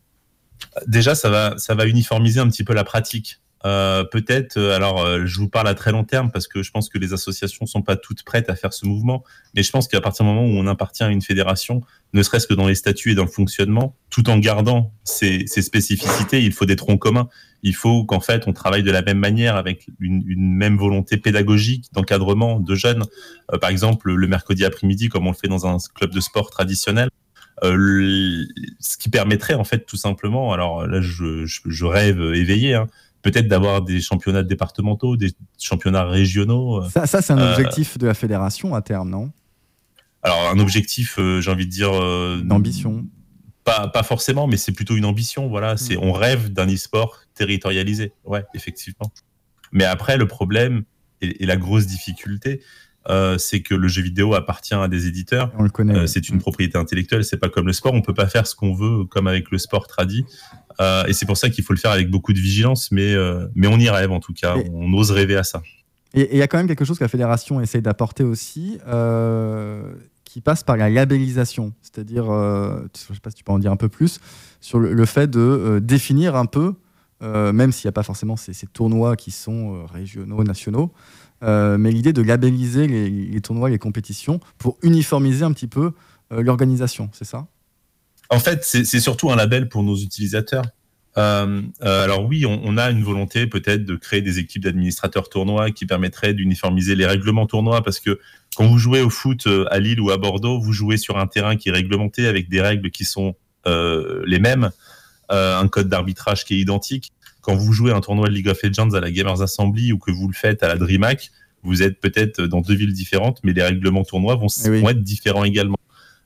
Déjà, ça va, ça va uniformiser un petit peu la pratique. Euh, peut-être, euh, alors euh, je vous parle à très long terme parce que je pense que les associations sont pas toutes prêtes à faire ce mouvement, mais je pense qu'à partir du moment où on appartient à une fédération, ne serait-ce que dans les statuts et dans le fonctionnement, tout en gardant ses, ses spécificités, il faut des troncs communs. Il faut qu'en fait on travaille de la même manière avec une, une même volonté pédagogique, d'encadrement de jeunes. Euh, par exemple, le mercredi après-midi, comme on le fait dans un club de sport traditionnel. Euh, le, ce qui permettrait en fait tout simplement, alors là je, je, je rêve éveillé, hein, peut-être d'avoir des championnats départementaux, des championnats régionaux. Ça, ça c'est un euh, objectif de la fédération à terme, non ? Alors un objectif, euh, j'ai envie de dire... Euh, une ambition. Pas, pas forcément, mais c'est plutôt une ambition, voilà. C'est, on rêve d'un e-sport territorialisé, ouais, effectivement. Mais après, le problème et, et la grosse difficulté, Euh, c'est que le jeu vidéo appartient à des éditeurs. On le connaît. Euh, c'est une propriété intellectuelle, c'est pas comme le sport. On peut pas faire ce qu'on veut comme avec le sport tradi. Euh, et c'est pour ça qu'il faut le faire avec beaucoup de vigilance, mais, euh, mais on y rêve en tout cas. Et, on ose rêver à ça. Et il y a quand même quelque chose que la fédération essaye d'apporter aussi, euh, qui passe par la labellisation. C'est-à-dire, euh, je sais pas si tu peux en dire un peu plus, sur le, le fait de euh, définir un peu, euh, même s'il n'y a pas forcément ces, ces tournois qui sont euh, régionaux, nationaux, Euh, mais l'idée de labelliser les, les tournois, les compétitions, pour uniformiser un petit peu euh, l'organisation, c'est ça ? En fait, c'est, c'est surtout un label pour nos utilisateurs. Euh, euh, alors oui, on, on a une volonté peut-être de créer des équipes d'administrateurs tournois qui permettraient d'uniformiser les règlements tournois, parce que quand vous jouez au foot à Lille ou à Bordeaux, vous jouez sur un terrain qui est réglementé avec des règles qui sont euh, les mêmes, euh, un code d'arbitrage qui est identique. Quand vous jouez un tournoi de League of Legends à la Gamers Assembly ou que vous le faites à la DreamHack, vous êtes peut-être dans deux villes différentes, mais les règlements tournois vont, oui. vont être différents également.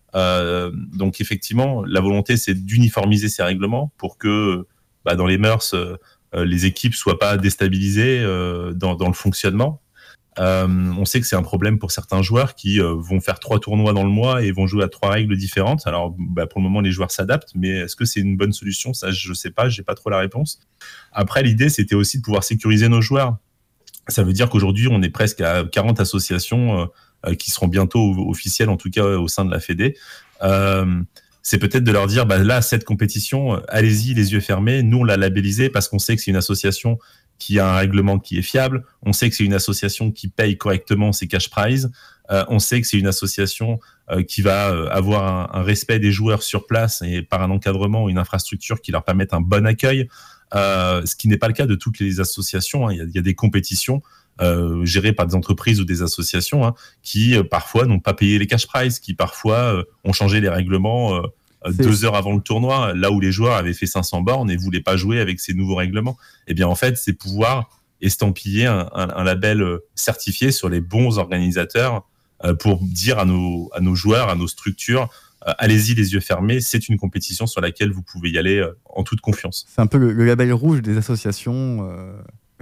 Euh, donc effectivement, la volonté, c'est d'uniformiser ces règlements pour que bah, dans les mœurs, euh, les équipes soient pas déstabilisées euh, dans, dans le fonctionnement. Euh, on sait que c'est un problème pour certains joueurs qui euh, vont faire trois tournois dans le mois et vont jouer à trois règles différentes. Alors, bah, pour le moment, les joueurs s'adaptent, mais est-ce que c'est une bonne solution ? Ça, je sais pas, j'ai pas trop la réponse. Après, l'idée, c'était aussi de pouvoir sécuriser nos joueurs. Ça veut dire qu'aujourd'hui, on est presque à quarante associations euh, qui seront bientôt officielles, en tout cas au sein de la Fédé. Euh, c'est peut-être de leur dire, bah, là, cette compétition, allez-y, les yeux fermés. Nous, on l'a labellisée parce qu'on sait que c'est une association qui a un règlement qui est fiable. On sait que c'est une association qui paye correctement ses cash prizes. Euh, on sait que c'est une association euh, qui va euh, avoir un, un respect des joueurs sur place et par un encadrement, une infrastructure qui leur permette un bon accueil. Euh, ce qui n'est pas le cas de toutes les associations. Hein. Il y a, il y a des compétitions euh, gérées par des entreprises ou des associations hein, qui euh, parfois n'ont pas payé les cash prizes, qui parfois euh, ont changé les règlements euh, C'est... deux heures avant le tournoi, là où les joueurs avaient fait cinq cents bornes et voulaient pas jouer avec ces nouveaux règlements. Eh bien, en fait, c'est pouvoir estampiller un, un, un label certifié sur les bons organisateurs euh, pour dire à nos, à nos joueurs, à nos structures, euh, allez-y les yeux fermés, c'est une compétition sur laquelle vous pouvez y aller euh, en toute confiance. C'est un peu le, le label rouge des associations, euh...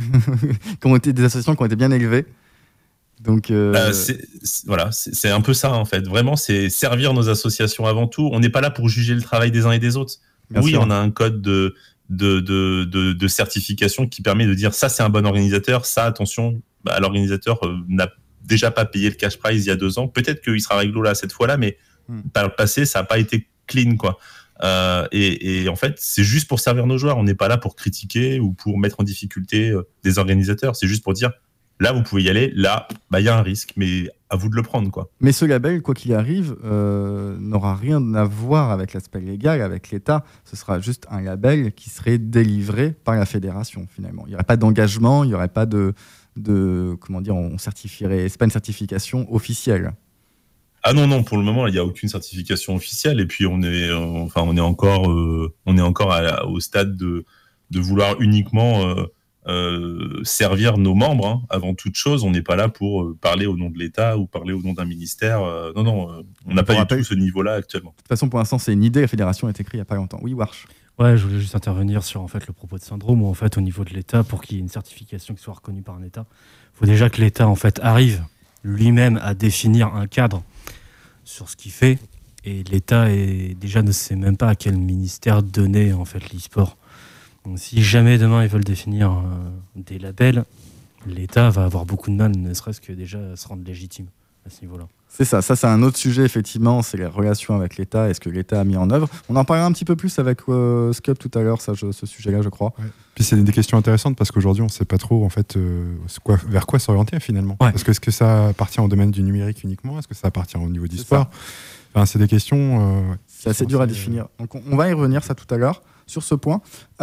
qui ont été, des associations qui ont été bien élevées. Donc euh... euh, c'est, c'est, voilà, c'est, c'est un peu ça en fait. Vraiment, c'est servir nos associations avant tout. On n'est pas là pour juger le travail des uns et des autres. Bien oui, sûr. On a un code de, de, de, de, de certification qui permet de dire ça, c'est un bon organisateur. Ça, attention, bah, l'organisateur euh, n'a déjà pas payé le cash prize il y a deux ans. Peut-être qu'il sera réglo là cette fois-là, mais hmm. par le passé, ça n'a pas été clean, quoi. Euh, et, et en fait, c'est juste pour servir nos joueurs. On n'est pas là pour critiquer ou pour mettre en difficulté euh, des organisateurs. C'est juste pour dire. Là, vous pouvez y aller. Là, bah, y a un risque, mais à vous de le prendre, quoi. Mais ce label, quoi qu'il arrive, euh, n'aura rien à voir avec l'aspect légal, avec l'État. Ce sera juste un label qui serait délivré par la fédération, finalement. Il n'y aurait pas d'engagement, il n'y aurait pas de, de... Comment dire, on certifierait... C'est pas une certification officielle. Ah non, non, pour le moment, il n'y a aucune certification officielle. Et puis, on est, enfin, on est encore, euh, on est encore à, au stade de, de vouloir uniquement... Euh, Euh, servir nos membres hein. Avant toute chose, on n'est pas là pour euh, parler au nom de l'État ou parler au nom d'un ministère. Euh, non, non, euh, on n'a pas rappel, du tout ce niveau-là actuellement. De toute façon, pour l'instant, c'est une idée. La fédération a été créée il n'y a pas longtemps. Oui, Warsh. Ouais, je voulais juste intervenir sur en fait le propos de Syndrome où en fait au niveau de l'État, pour qu'il y ait une certification qui soit reconnue par un État, il faut déjà que l'État en fait arrive lui-même à définir un cadre sur ce qu'il fait. Et l'État est, déjà ne sait même pas à quel ministère donner en fait l'e-sport. Donc, si jamais demain ils veulent définir euh, des labels, l'État va avoir beaucoup de mal, ne serait-ce que déjà à se rendre légitime à ce niveau-là. C'est ça, ça c'est un autre sujet effectivement, c'est les relations avec l'État et ce que l'État a mis en œuvre. On en parlera un petit peu plus avec euh, Scup tout à l'heure, ça, je, ce sujet-là je crois. Ouais. Puis c'est des questions intéressantes parce qu'aujourd'hui on ne sait pas trop en fait euh, quoi, vers quoi s'orienter finalement. Ouais. Est-ce que, est-ce que ça appartient au domaine du numérique uniquement ? Est-ce que ça appartient au niveau du c'est sport ? Enfin, c'est des questions... Euh, c'est assez dur à définir. Euh... Donc on, on va y revenir ça tout à l'heure. Sur ce point.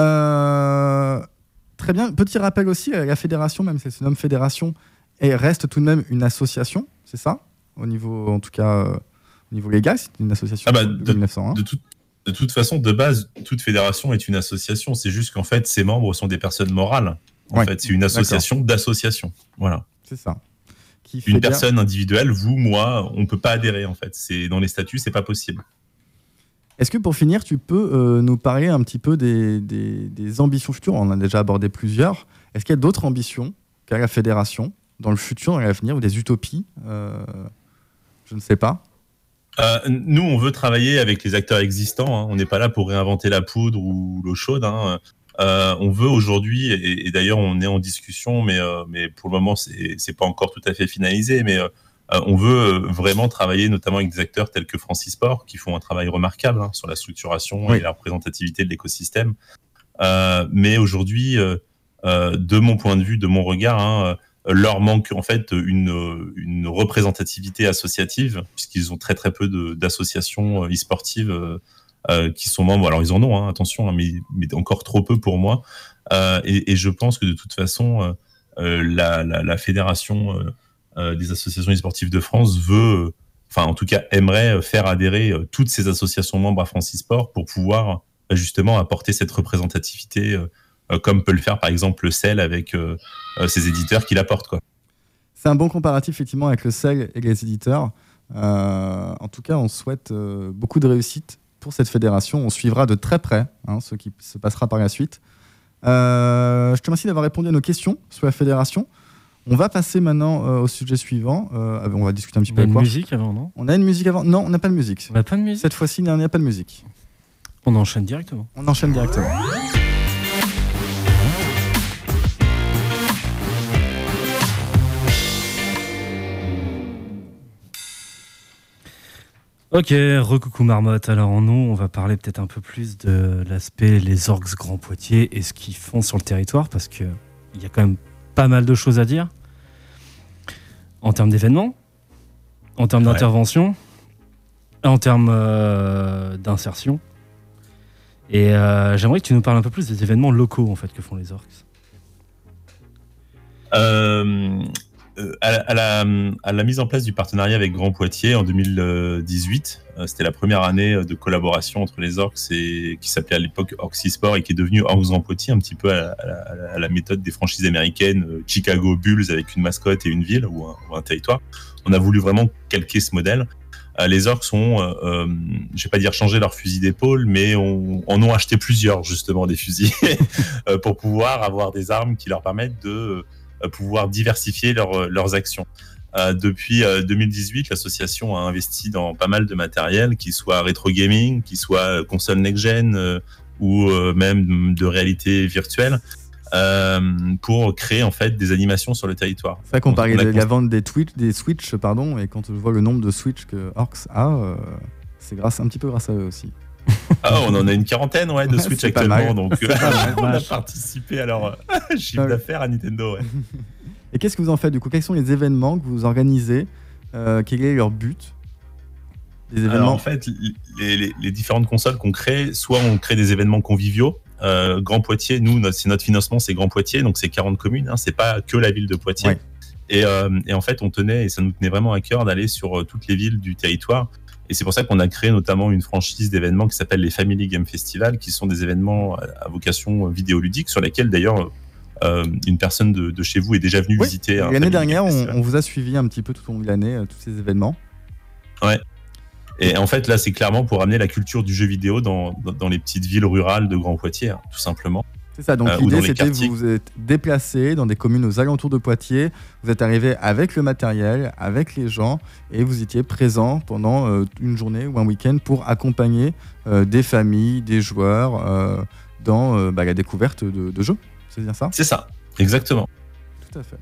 Euh, très bien. Petit rappel aussi, la fédération, même si elle se nomme fédération, elle reste tout de même une association, c'est ça ? Au niveau, en tout cas, euh, au niveau légal, c'est une association ah bah, de, de mille neuf cent un. De, tout, de toute façon, de base, toute fédération est une association. C'est juste qu'en fait, ses membres sont des personnes morales. En ouais, fait, c'est une association d'accord. d'associations. Voilà. C'est ça. Qui une personne bien... individuelle, vous, moi, on ne peut pas adhérer, en fait. C'est, dans les statuts, c'est pas possible. Est-ce que pour finir, tu peux euh, nous parler un petit peu des, des, des ambitions futures ? On en a déjà abordé plusieurs. Est-ce qu'il y a d'autres ambitions qu'a la fédération dans le futur, dans l'avenir, ou des utopies ? euh, Je ne sais pas. Euh, nous, on veut travailler avec les acteurs existants. Hein. On n'est pas là pour réinventer la poudre ou l'eau chaude. Hein. Euh, on veut aujourd'hui, et, et d'ailleurs on est en discussion, mais, euh, mais pour le moment, c'est, c'est pas encore tout à fait finalisé, mais... Euh, Euh, on veut vraiment travailler notamment avec des acteurs tels que Francisport qui font un travail remarquable hein, sur la structuration oui. et la représentativité de l'écosystème. Euh, mais aujourd'hui, euh, euh, de mon point de vue, de mon regard, hein, leur manque en fait une, une représentativité associative puisqu'ils ont très très peu de, d'associations e-sportives euh, qui sont membres. Alors ils en ont, hein, attention, hein, mais, mais encore trop peu pour moi. Euh, et, et je pense que de toute façon, euh, la, la, la fédération euh, Euh, des associations e-sportives de France veut, euh, enfin en tout cas aimerait faire adhérer euh, toutes ces associations membres à Francisport pour pouvoir euh, justement apporter cette représentativité euh, euh, comme peut le faire par exemple le C E L avec euh, euh, ses éditeurs qui l'apportent, quoi. C'est un bon comparatif effectivement avec le C E L et les éditeurs. Euh, en tout cas, on souhaite euh, beaucoup de réussite pour cette fédération. On suivra de très près hein, ce qui se passera par la suite. Euh, je te remercie d'avoir répondu à nos questions sur la fédération. On va passer maintenant euh, au sujet suivant. Euh, on va discuter un petit on peu. On a une quoi. musique avant, non ? On a une musique avant ? Non, on n'a pas de musique. On n'a pas de musique ? Cette fois-ci, il n'y a pas de musique. On enchaîne directement. On enchaîne directement. Ok, recoucou Marmotte. Alors nous, on va parler peut-être un peu plus de l'aspect les Orcs Grand Poitiers et ce qu'ils font sur le territoire parce que il y a quand même pas mal de choses à dire en termes d'événements, en termes ouais. d'intervention, en termes euh, d'insertion. Et euh, j'aimerais que tu nous parles un peu plus des événements locaux en fait que font les orques. Euh, à, la, à, la, à la mise en place du partenariat avec Grand Poitiers en deux mille dix-huit, euh, c'était la première année de collaboration entre les orques et, qui s'appelait à l'époque Orcs eSport et qui est devenu Orcs Grand Poitiers, un petit peu à, à, la, à la méthode des franchises américaines, euh, Chicago Bulls avec une mascotte et une ville ou un, ou un territoire. On a voulu vraiment calquer ce modèle. Euh, les orques ont, euh, euh, je vais pas dire changer leur fusil d'épaule, mais on, en ont acheté plusieurs justement des fusils euh, pour pouvoir avoir des armes qui leur permettent de euh, pouvoir diversifier leur, leurs actions. Euh, depuis euh, deux mille dix-huit, l'association a investi dans pas mal de matériel, qui soit rétro gaming, qui soit console next-gen euh, ou euh, même de réalité virtuelle. Euh, pour créer en fait des animations sur le territoire. C'est vrai qu'on parlait de la vente des, tweets, des Switch, pardon, et quand je vois le nombre de Switch que Orcs a, euh, c'est grâce, un petit peu grâce à eux aussi. Ah, on en a une quarantaine ouais, de Switch actuellement, donc euh, on a participé à leur chiffre d'affaires à Nintendo. Ouais. Et qu'est-ce que vous en faites du coup? Quels sont les événements que vous organisez? euh, Quel est leur but? Des événements... Alors, en fait, les, les, les différentes consoles qu'on crée, soit on crée des événements conviviaux. Euh, Grand Poitiers, nous, notre, c'est notre financement, c'est Grand Poitiers, donc c'est quarante communes, hein, c'est pas que la ville de Poitiers. Ouais. Et, euh, et en fait, on tenait, et ça nous tenait vraiment à cœur d'aller sur euh, toutes les villes du territoire. Et c'est pour ça qu'on a créé notamment une franchise d'événements qui s'appelle les Family Game Festival, qui sont des événements à, à vocation vidéoludique, sur lesquels d'ailleurs euh, une personne de, de chez vous est déjà venue oui. visiter. L'année dernière, on, on vous a suivi un petit peu tout au long de l'année, euh, tous ces événements. Ouais. Et en fait, là, c'est clairement pour amener la culture du jeu vidéo dans, dans, dans les petites villes rurales de Grand Poitiers, hein, tout simplement. C'est ça, donc euh, l'idée, c'était que vous vous êtes déplacé dans des communes aux alentours de Poitiers, vous êtes arrivé avec le matériel, avec les gens, et vous étiez présent pendant euh, une journée ou un week-end pour accompagner euh, des familles, des joueurs euh, dans euh, bah, la découverte de, de jeux. C'est bien ça? C'est ça, exactement. Tout à fait.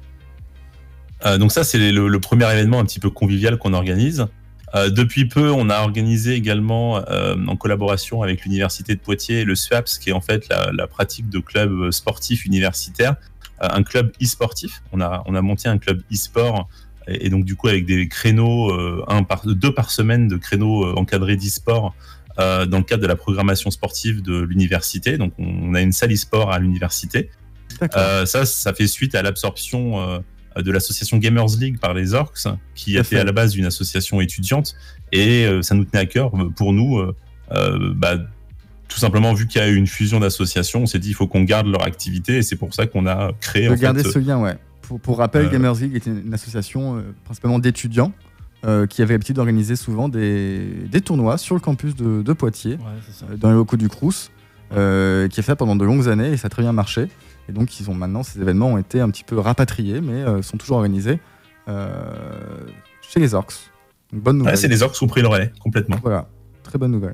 Euh, donc ça, c'est le, le premier événement un petit peu convivial qu'on organise. Euh, depuis peu, on a organisé également, euh, en collaboration avec l'Université de Poitiers, le SWAPS, qui est en fait la, la pratique de clubs sportifs universitaires, euh, un club e-sportif. On a, on a monté un club e-sport, et, et donc du coup avec des créneaux, euh, un par, deux par semaine de créneaux euh, encadrés d'e-sport euh, dans le cadre de la programmation sportive de l'université. Donc on, on a une salle e-sport à l'université. Euh, ça, ça fait suite à l'absorption euh, de l'association Gamers League par les Orcs, qui était à la base une association étudiante, et euh, ça nous tenait à cœur pour nous, euh, euh, bah, tout simplement vu qu'il y a eu une fusion d'associations, on s'est dit il faut qu'on garde leur activité, et c'est pour ça qu'on a créé. De garder fait, ce lien, ouais. Pour, pour rappel, euh, Gamers League était une association euh, principalement d'étudiants euh, qui avait l'habitude d'organiser souvent des, des tournois sur le campus de, de Poitiers, ouais, euh, dans les locaux du Crous, euh, qui a fait pendant de longues années, et ça a très bien marché. Et donc, ils ont maintenant, ces événements ont été un petit peu rapatriés, mais euh, sont toujours organisés euh, chez les Orcs. Donc, bonne nouvelle. Ouais, c'est les Orcs qui ont pris le relais, complètement. Voilà, très bonne nouvelle.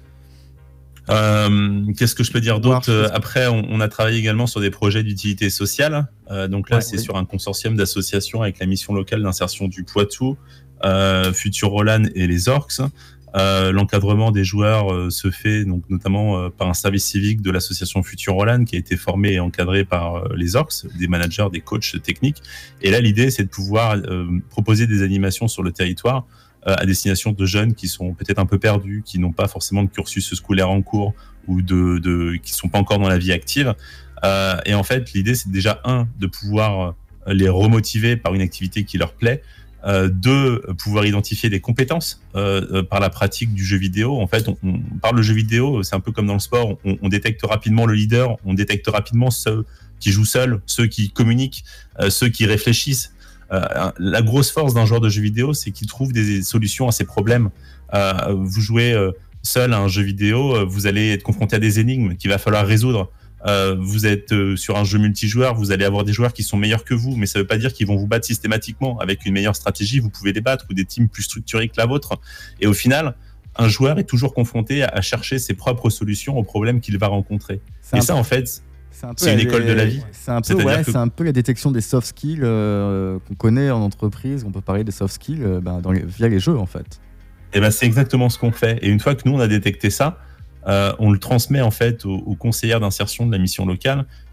Euh, qu'est-ce que je peux dire d'autre? euh, Après, on, on a travaillé également sur des projets d'utilité sociale. Euh, donc là, ouais, c'est oui. sur un consortium d'associations avec la mission locale d'insertion du Poitou, euh, Futur Roland et les Orcs. Euh, l'encadrement des joueurs euh, se fait donc notamment euh, par un service civique de l'association Futur Roland qui a été formé et encadré par euh, les Orcs, des managers, des coachs techniques. Et là, l'idée, c'est de pouvoir euh, proposer des animations sur le territoire euh, à destination de jeunes qui sont peut-être un peu perdus, qui n'ont pas forcément de cursus scolaire en cours ou de, de qui sont pas encore dans la vie active. Euh, et en fait, l'idée, c'est déjà un de pouvoir les remotiver par une activité qui leur plaît. Euh, de pouvoir identifier des compétences euh, par la pratique du jeu vidéo. En fait, on, on parle de jeu vidéo, c'est un peu comme dans le sport, on, on détecte rapidement le leader, on détecte rapidement ceux qui jouent seuls, ceux qui communiquent, euh, ceux qui réfléchissent. Euh, la grosse force d'un joueur de jeu vidéo, c'est qu'il trouve des solutions à ses problèmes. Euh, vous jouez euh, seul à un jeu vidéo, vous allez être confronté à des énigmes qu'il va falloir résoudre. Euh, vous êtes euh, sur un jeu multijoueur, vous allez avoir des joueurs qui sont meilleurs que vous, mais ça ne veut pas dire qu'ils vont vous battre systématiquement. Avec une meilleure stratégie, vous pouvez les battre, ou des teams plus structurés que la vôtre. Et au final, un joueur est toujours confronté à, à chercher ses propres solutions aux problèmes qu'il va rencontrer. C'est Et ça, peu, en fait, c'est, c'est une les, école de la vie. C'est un, peu, ouais, que... c'est un peu la détection des soft skills euh, qu'on connaît en entreprise. On peut parler des soft skills euh, ben, dans les, via les jeux, en fait. Et ben, c'est exactement ce qu'on fait. Et une fois que nous, on a détecté ça, Euh, on le transmet en fait aux, aux conseillères d'insertion de la mission locale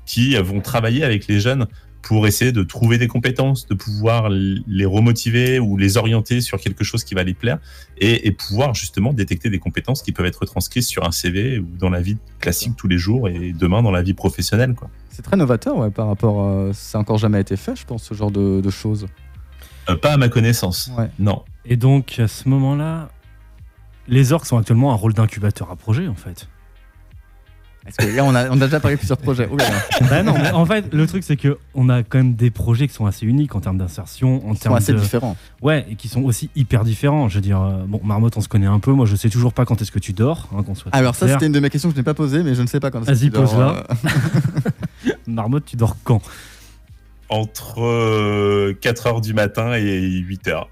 qui vont travailler avec les jeunes pour essayer de trouver des compétences, de pouvoir les remotiver ou les orienter sur quelque chose qui va les plaire et, et pouvoir justement détecter des compétences qui peuvent être transcrites sur un C V ou dans la vie classique tous les jours et demain dans la vie professionnelle, quoi. C'est très novateur ouais, par rapport à... Ça n'a encore jamais été fait, je pense, ce genre de, de choses. Euh, pas à ma connaissance, ouais. Non. Et donc, à ce moment-là, les orques sont actuellement un rôle d'incubateur à projet, en fait. Est-ce que là, on a, on a déjà parlé de plusieurs projets. Oh là là. Bah non, mais en fait, le truc, c'est qu'on a quand même des projets qui sont assez uniques en termes d'insertion, en Ils termes sont assez de... différents. Ouais, et qui sont aussi hyper différents. Je veux dire, euh, bon, Marmotte, on se connaît un peu. Moi, je sais toujours pas quand est-ce que tu dors, hein, qu'on soit Alors ça, clair. c'était une de mes questions que je n'ai pas posée, mais je ne sais pas quand est-ce que Vas-y, tu dors, pose-la. euh, Marmotte, tu dors quand? Entre euh, quatre heures du matin et huit heures.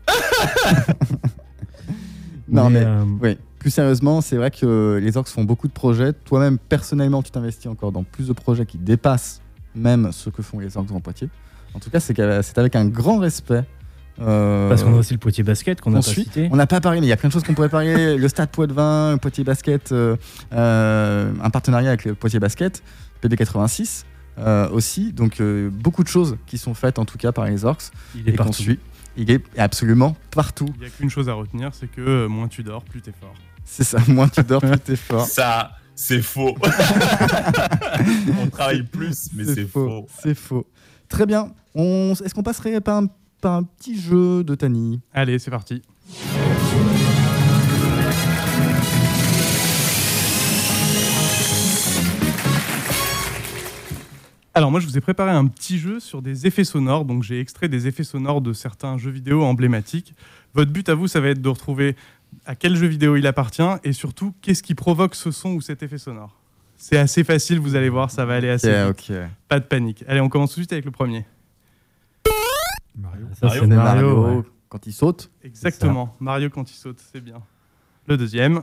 Non, mais... euh, Oui, plus sérieusement, c'est vrai que les orques font beaucoup de projets. Toi-même, personnellement, tu t'investis encore dans plus de projets qui dépassent même ce que font les orques en Poitiers. En tout cas, c'est qu'avec- c'est avec un grand respect. euh, Parce qu'on a aussi le Poitiers Basket qu'on qu'on a pas suit. cité. On n'a pas parlé, mais il y a plein de choses qu'on pourrait parler. Le Stade Poitvin, Poitiers Basket, euh, euh, un partenariat avec le Poitiers Basket, P B quatre-vingt-six euh, aussi. Donc euh, beaucoup de choses qui sont faites en tout cas par les orques Il est et qu'on partout. suit. Il est absolument partout. Il n'y a qu'une chose à retenir, c'est que euh, moins tu dors, plus t'es fort. C'est ça, moins tu dors, plus t'es fort. Ça, c'est faux. On travaille plus, mais c'est faux. C'est faux. Très bien. On... Est-ce qu'on passerait par un, par un petit jeu de Tani? Allez, c'est parti. Alors moi je vous ai préparé un petit jeu sur des effets sonores, donc j'ai extrait des effets sonores de certains jeux vidéo emblématiques. Votre but à vous, ça va être de retrouver à quel jeu vidéo il appartient et surtout qu'est-ce qui provoque ce son ou cet effet sonore. C'est assez facile, vous allez voir, ça va aller assez Ok, vite. ok. Pas de panique. Allez, on commence tout de suite avec le premier. Mario. Ça, Mario. c'est C'est Mario. Mario ouais. quand il saute. Exactement, Mario quand il saute, c'est bien. Le deuxième.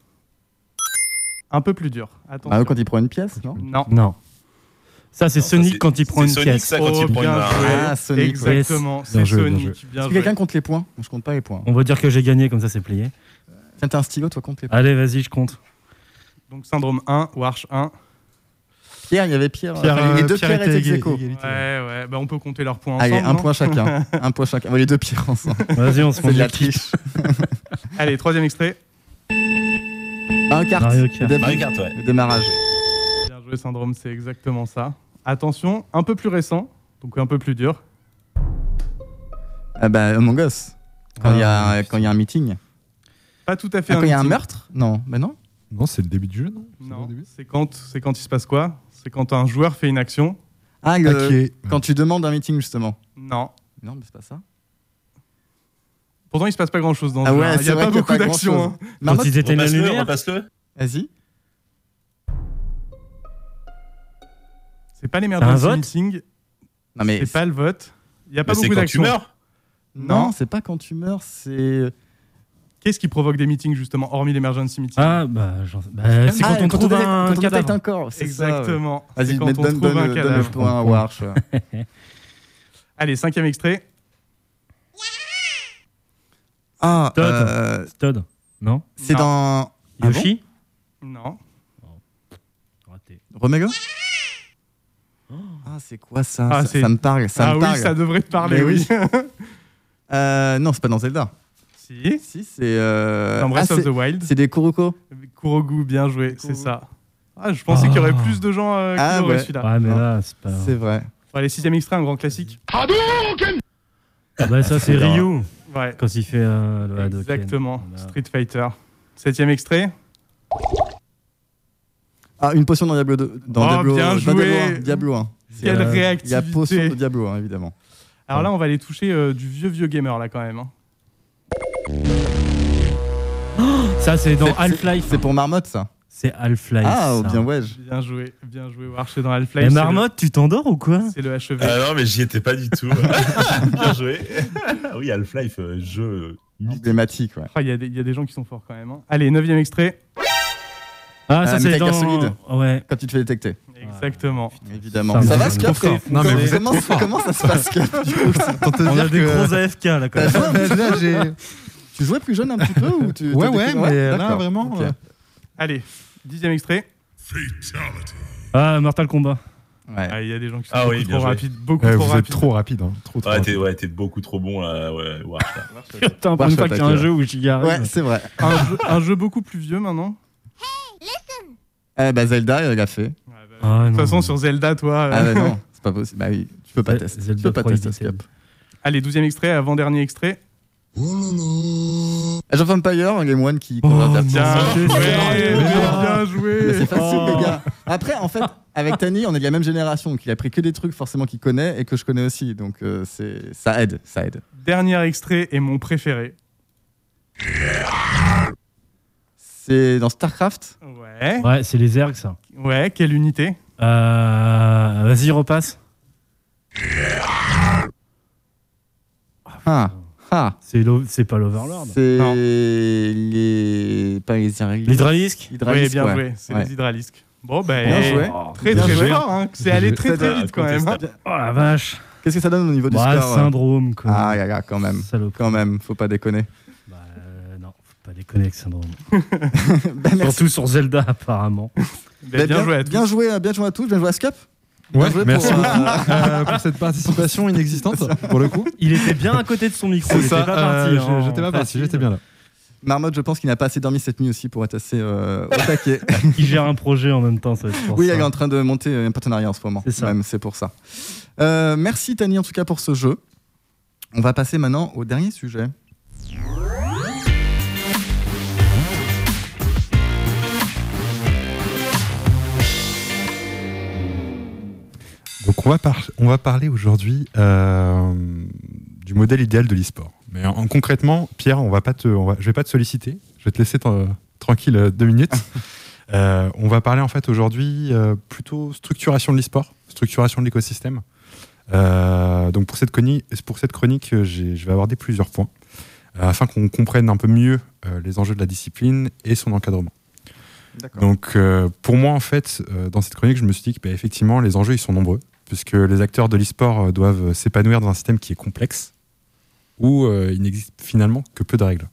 Un peu plus dur, attention. Mario quand il prend une pièce, non? Non. Non. Ça, c'est Non, ça, Sonic c'est- quand il prend c'est une Sonic, pièce. ça, quand il Oh, prend une bien main. joué. Ah, Sonic, Exactement, yes. c'est Bien joué, bien Sonic. joué. Bien Est-ce que joué. quelqu'un compte les points? Je compte pas les points. On va dire que j'ai gagné, comme ça, c'est plié. Tiens, t'as un stylo, toi, compte les points. Allez, vas-y, je compte. Donc syndrome un, Warsh un. Pierre, il y avait Pierre. Pierre, enfin, les euh, deux Pierre Pierre était étaient ex aequo. égalité. Ouais, ouais, bah on peut compter leurs points Allez, ensemble. un non point chacun. Un point chacun. Ouais, les deux Pierre ensemble. Vas-y, on se C'est monte de la l'équipe. triche. Allez, troisième extrait. Mario Kart. Mario Kart. Le début. Mario Kart, ouais. Le démarrage. Bien joué, syndrome, c'est exactement ça. Attention, un peu plus récent, donc un peu plus dur. Ah bah, Among Us. Quand il y Ah, a quand il y a un meeting. Pas tout à fait Ah, un quand il y a un meeting. meurtre? Non, mais non. Non, c'est le début du jeu, non C'est pas Non, au début c'est quand, c'est quand il se passe quoi? C'est quand un joueur fait une action. Ah, le- Ok. quand tu demandes un meeting justement. Non. Non, mais c'est pas ça. Pourtant, il se passe pas grand chose dans Ah le ouais, jeu. hein. Il c'est n'y a vrai pas qu'il y a beaucoup pas d'action. grand-chose. hein. Quand Marmotte, ils éteignent la Repasse-le, lumière. repasse-le. vas-y. C'est pas les un merdes vote meeting. Non mais C'est pas le vote. Il n'y a pas Mais c'est beaucoup quand tu d'action. meurs. non, Non. c'est pas quand tu meurs, c'est Qu'est-ce qui provoque des meetings justement, hormis l'emergency meeting? Ah, bah, j'en- bah, c'est Ah, quand on trouve détecte- un quand on détecte cadavre. un corps. c'est ça, ouais. Exactement. Vas-y, C'est quand mais on donne, trouve donne, un donne le cadavre. point à Warsh. Allez, cinquième extrait. Ah, Todd. euh, Todd. Non. c'est Non. dans Ah bon Yoshi. Non. Raté. Romero. Ah, c'est quoi ça Ah, ça, c'est- ça me parle, ça ah me oui, parle. ça devrait te parler, Mais oui. Euh, non, c'est pas dans Zelda. si. Si, c'est. Euh... Dans Breath ah, of c'est- the Wild. c'est des Kuroko. Kurogu, bien joué, Des c'est Kurogu. ça. Ah, je pensais qu'il y aurait plus de gens euh, qui Ah, l'auraient ouais. celui-là. Ouais, mais Non. là, c'est pas. C'est vrai. Allez, sixième extrait, un grand classique. Ah bah, ça, c'est C'est Ryu. Ouais, Quand il fait euh, le Hadoken. exactement. Voilà. Street Fighter. Septième extrait. Ah, une potion dans Diablo deux. Dans Oh, Diablo, bien dans joué. Diablo un. Diablo un. Quelle Euh, réactivité. Il y a potion de Diablo un, évidemment. Alors là, on va aller toucher euh, du vieux, vieux gamer, là, quand même. hein. Ça, c'est dans C'est- Half-Life. C'est pour Marmotte, ça. C'est Half-Life. Ah, ça. bien ouais. Bien joué, bien joué. Warsh dans Half-Life. Mais c'est Marmotte, tu t'endors ou quoi le- C'est le H E V. Ah non, mais j'y étais pas du tout. Bien joué. Oui, Half-Life, euh, jeu mythique. Emblématique, ouais. Ah, Il y, a des- il y a des gens qui sont forts quand même. hein. Allez, neuvième extrait. Ah, ça, Euh, c'est Metal dans. Gear Solid. Ouais. Quand tu te fais détecter. Exactement. Évidemment. Ça Ça, me va, donne Scuff trop fort. Non, mais vous êtes comment, trop fort. comment ça se passe, Scuff du coup Tant te On a dire des que- gros A F K là quand T'as même. joué- Là, j'ai. Tu jouais plus jeune un petit peu ou tu Ouais, t'as ouais, découvert- mais là, d'accord. vraiment. Ok. euh, Allez, dixième extrait. Ah, Mortal Kombat. Ouais. Ah, il y a des gens qui sont Ah beaucoup oui, bien trop joué. rapides, beaucoup Ouais, trop vous êtes rapides. trop rapide. Hein. Trop, trop Ouais, rapide. t'es, ouais, t'es beaucoup trop bon là. Ouais, ouais. Putain, pour une fois qu'il y a un jeu où j'y arrive. Ouais, c'est vrai. un, jeu, un jeu beaucoup plus vieux maintenant. Eh bah Zelda, il l'a fait. Ouais, bah, Ah, de toute non. façon, sur Zelda, toi. euh, Ah bah non, c'est pas possible. Bah oui, tu peux pas Ze- tester. Tu Zelda peux pas tester Prohibited. Scap. Allez, douzième extrait, avant-dernier extrait. Age of Empire, les moines qui Oh, convertent Bien la joué, puissance. bien Mais joué. c'est facile, Oh. les gars. Après, en fait, avec Tani, on est de la même génération, donc il a pris que des trucs forcément qu'il connaît et que je connais aussi. Donc euh, c'est ça aide, ça aide. Dernier extrait est mon préféré. C'est dans StarCraft. Ouais. Ouais, c'est les ergs, ça. Ouais, quelle unité? Euh, Vas-y, repasse. Ah, ah. C'est l'o- c'est pas l'Overlord. C'est Non. les pas les L'Hydralisque. Oui, hydralisques, bien ouais. joué, c'est Ouais. les hydralisques. Bon, ben, Bien joué. très Bien très joué. fort, hein. C'est allé très très C'est vite quand même. hein. Oh la vache. Qu'est-ce que ça donne au niveau du Bah, score? syndrome, quoi. Ah, là, là, quand même, Salope. quand même, faut pas déconner. Bah, euh, non, faut pas déconner avec syndrome. Bah, merci. Surtout sur Zelda, apparemment. Ben, Bah, bien joué à tous. bien joué, bien joué à tous, bien joué à Scap. Ouais, Bien joué merci pour, beaucoup euh, euh, pour cette participation inexistante, pour le coup. Il était bien à côté de son micro. C'est Il ça, était pas parti. euh, hein, je- j'étais pas en parti, fait. j'étais bien là. Marmotte, je pense qu'il n'a pas assez dormi cette nuit aussi pour être assez euh, au taquet. Il gère un projet en même temps, ça va être pour Oui, ça. elle est en train de monter un partenariat en ce moment. C'est ça. Même, c'est pour ça. Euh, merci Tani en tout cas pour ce jeu. On va passer maintenant au dernier sujet. Donc on va, par- on va parler aujourd'hui euh, du modèle idéal de l'e-sport. Mais en, en- concrètement, Pierre, on va pas te, on va, je vais pas te solliciter. Je vais te laisser t- tranquille euh, deux minutes. Euh, on va parler en fait aujourd'hui euh, plutôt structuration de l'e-sport, structuration de l'écosystème. Euh, donc pour cette, chronique, pour cette chronique, euh, j'ai- je vais aborder plusieurs points euh, afin qu'on comprenne un peu mieux euh, les enjeux de la discipline et son encadrement. D'accord. Donc euh, pour moi en fait, euh, dans cette chronique, je me suis dit que bah, effectivement les enjeux ils sont nombreux, puisque les acteurs de l'e-sport euh, doivent s'épanouir dans un système qui est complexe, où euh, il n'existe finalement que peu de règles.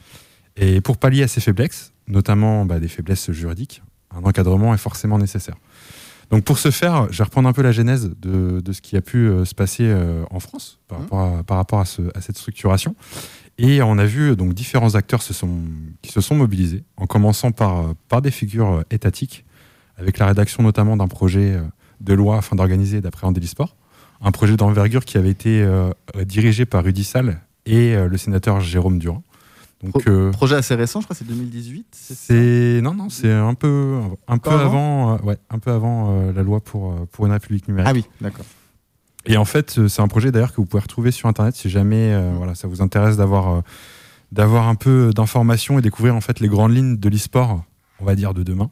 Et pour pallier à ces faiblesses, notamment bah, des faiblesses juridiques, un encadrement est forcément nécessaire. Donc pour ce faire, je vais reprendre un peu la genèse de, de ce qui a pu euh, se passer euh, en France par Mmh. rapport, à, par rapport à, ce- à cette structuration. Et on a vu donc différents acteurs se sont, qui se sont mobilisés, en commençant par, par des figures euh, étatiques, avec la rédaction notamment d'un projet euh, de loi afin d'organiser et d'appréhender l'e-sport. Un projet d'envergure qui avait été euh, dirigé par Rudy Sall et euh, le sénateur Jérôme Durand. Donc, euh, Projet assez récent, je crois, c'est deux mille dix-huit. c'est ça c'est non non c'est un peu un peu Encore avant, euh, ouais un peu avant euh, la loi pour euh, pour une république numérique. Ah oui, d'accord. Et en fait, euh, c'est un projet d'ailleurs que vous pouvez retrouver sur internet si jamais euh, voilà ça vous intéresse d'avoir euh, d'avoir un peu d'informations et découvrir en fait les grandes lignes de l'e-sport, on va dire de demain.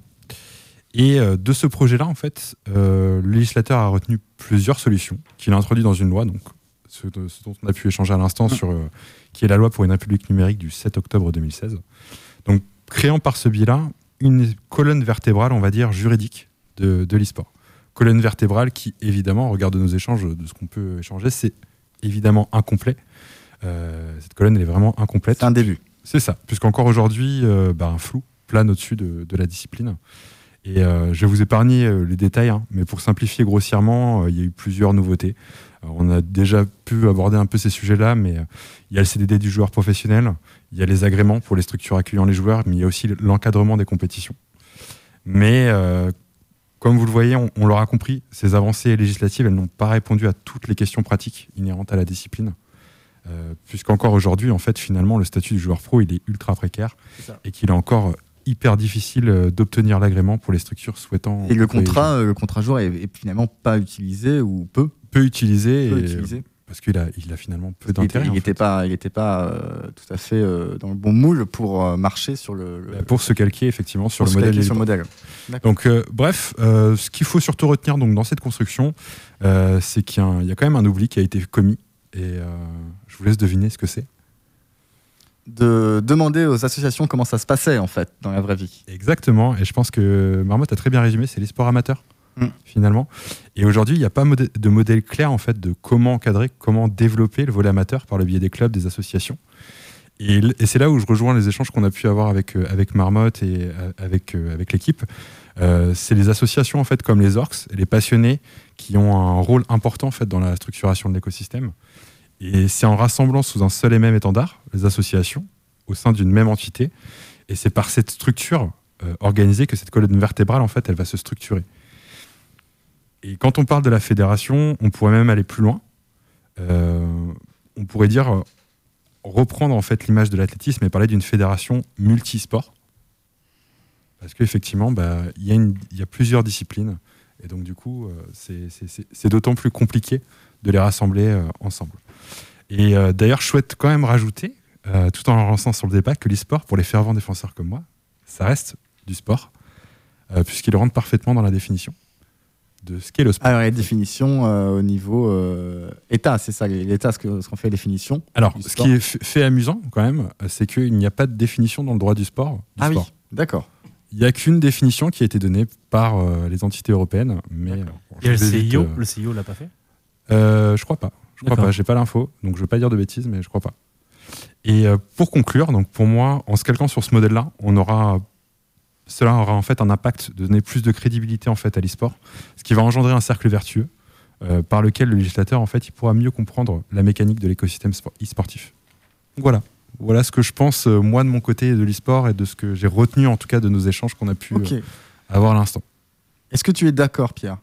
Et euh, de ce projet-là, en fait, euh, le législateur a retenu plusieurs solutions qu'il a introduites dans une loi, donc ce, de- ce dont on a pu échanger à l'instant, sur euh, qui est la loi pour une république numérique du sept octobre deux mille seize. Donc, créant par ce biais-là une colonne vertébrale, on va dire, juridique de, de l'e-sport. Colonne vertébrale qui, évidemment, au regard de nos échanges, de ce qu'on peut échanger, c'est évidemment incomplet. Euh, cette colonne, elle est vraiment incomplète. C'est un début. C'est ça, puisqu'encore aujourd'hui, euh, bah, un flou plane au-dessus de, de la discipline. Et euh, je vais vous épargner euh, les détails, hein, mais pour simplifier grossièrement, euh, il y a eu plusieurs nouveautés. Alors, on a déjà pu aborder un peu ces sujets-là, mais euh, il y a le C D D du joueur professionnel, il y a les agréments pour les structures accueillant les joueurs, mais il y a aussi l'encadrement des compétitions. Mais euh, comme vous le voyez, on, on l'aura compris, ces avancées législatives, elles n'ont pas répondu à toutes les questions pratiques inhérentes à la discipline. Euh, puisqu'encore aujourd'hui, en fait, finalement, le statut du joueur pro, il est ultra précaire C'est ça. et qu'il est encore hyper difficile euh, d'obtenir l'agrément pour les structures souhaitant. Et le employer les contrat, euh, le contrat joueur est, est finalement pas utilisé ou peu, gens. Peu utilisé, peu et, utilisé. euh, parce qu'il a, il a finalement peu Il était- d'intérêt. Il en n'était fait. pas, il était pas euh, tout à fait euh, dans le bon moule pour euh, marcher sur le, le- Bah, Pour se calquer effectivement sur pour le se modèle. calquer sur le Elite. modèle. Donc, euh, bref, euh, ce qu'il faut surtout retenir donc, dans cette construction, euh, c'est qu'il y a, un- il y a quand même un oubli qui a été commis. Et euh, je vous laisse deviner ce que c'est. De demander aux associations comment ça se passait en fait dans la vraie vie. Exactement, et je pense que Marmotte a très bien résumé, c'est l'e-sport amateur, Mm. finalement. Et aujourd'hui, il n'y a pas modè- de modèle clair en fait, de comment encadrer, comment développer le volet amateur par le biais des clubs, des associations. Et, l- et c'est là où je rejoins les échanges qu'on a pu avoir avec, euh, avec Marmotte et euh, avec, euh, avec l'équipe. Euh, c'est les associations en fait, comme les Orcs, et les passionnés qui ont un rôle important en fait, dans la structuration de l'écosystème. Et c'est en rassemblant sous un seul et même étendard les associations au sein d'une même entité. Et c'est par cette structure euh, organisée que cette colonne vertébrale, en fait, elle va se structurer. Et quand on parle de la fédération, on pourrait même aller plus loin. Euh, on pourrait dire, euh, reprendre en fait l'image de l'athlétisme et parler d'une fédération multisport. Parce qu'effectivement, bah, y a une, y a plusieurs disciplines. Et donc, du coup, euh, c'est, c'est, c'est, c'est d'autant plus compliqué de les rassembler euh, ensemble. Et euh, d'ailleurs, je souhaite quand même rajouter, euh, tout en lançant sur le débat, que l'e-sport, pour les fervents défenseurs comme moi, ça reste du sport, euh, puisqu'il rentre parfaitement dans la définition de ce qu'est le sport. Alors, les définitions euh, au niveau euh, État, c'est ça, l'État, ce, que, ce qu'on fait la définition. Alors, ce qui est f- fait amusant, quand même, c'est qu'il n'y a pas de définition dans le droit du sport. Du ah sport. oui, d'accord. Il n'y a qu'une définition qui a été donnée par euh, les entités européennes. Mais, euh, bon, Et le je vous C I O, évite, euh, le C I O l'a pas fait euh, Je crois pas. Je crois D'accord. pas. J'ai pas l'info, donc je vais pas dire de bêtises, mais je crois pas. Et euh, pour conclure, donc pour moi, en se calquant sur ce modèle-là, on aura, cela aura en fait un impact de donner plus de crédibilité en fait à l'e-sport, ce qui va engendrer un cercle vertueux euh, par lequel le législateur en fait il pourra mieux comprendre la mécanique de l'écosystème sport- e-sportif. Donc voilà. Voilà ce que je pense, euh, moi, de mon côté de l'e-sport et de ce que j'ai retenu, en tout cas, de nos échanges qu'on a pu Ok. euh, avoir à l'instant. Est-ce que tu es d'accord, Pierre?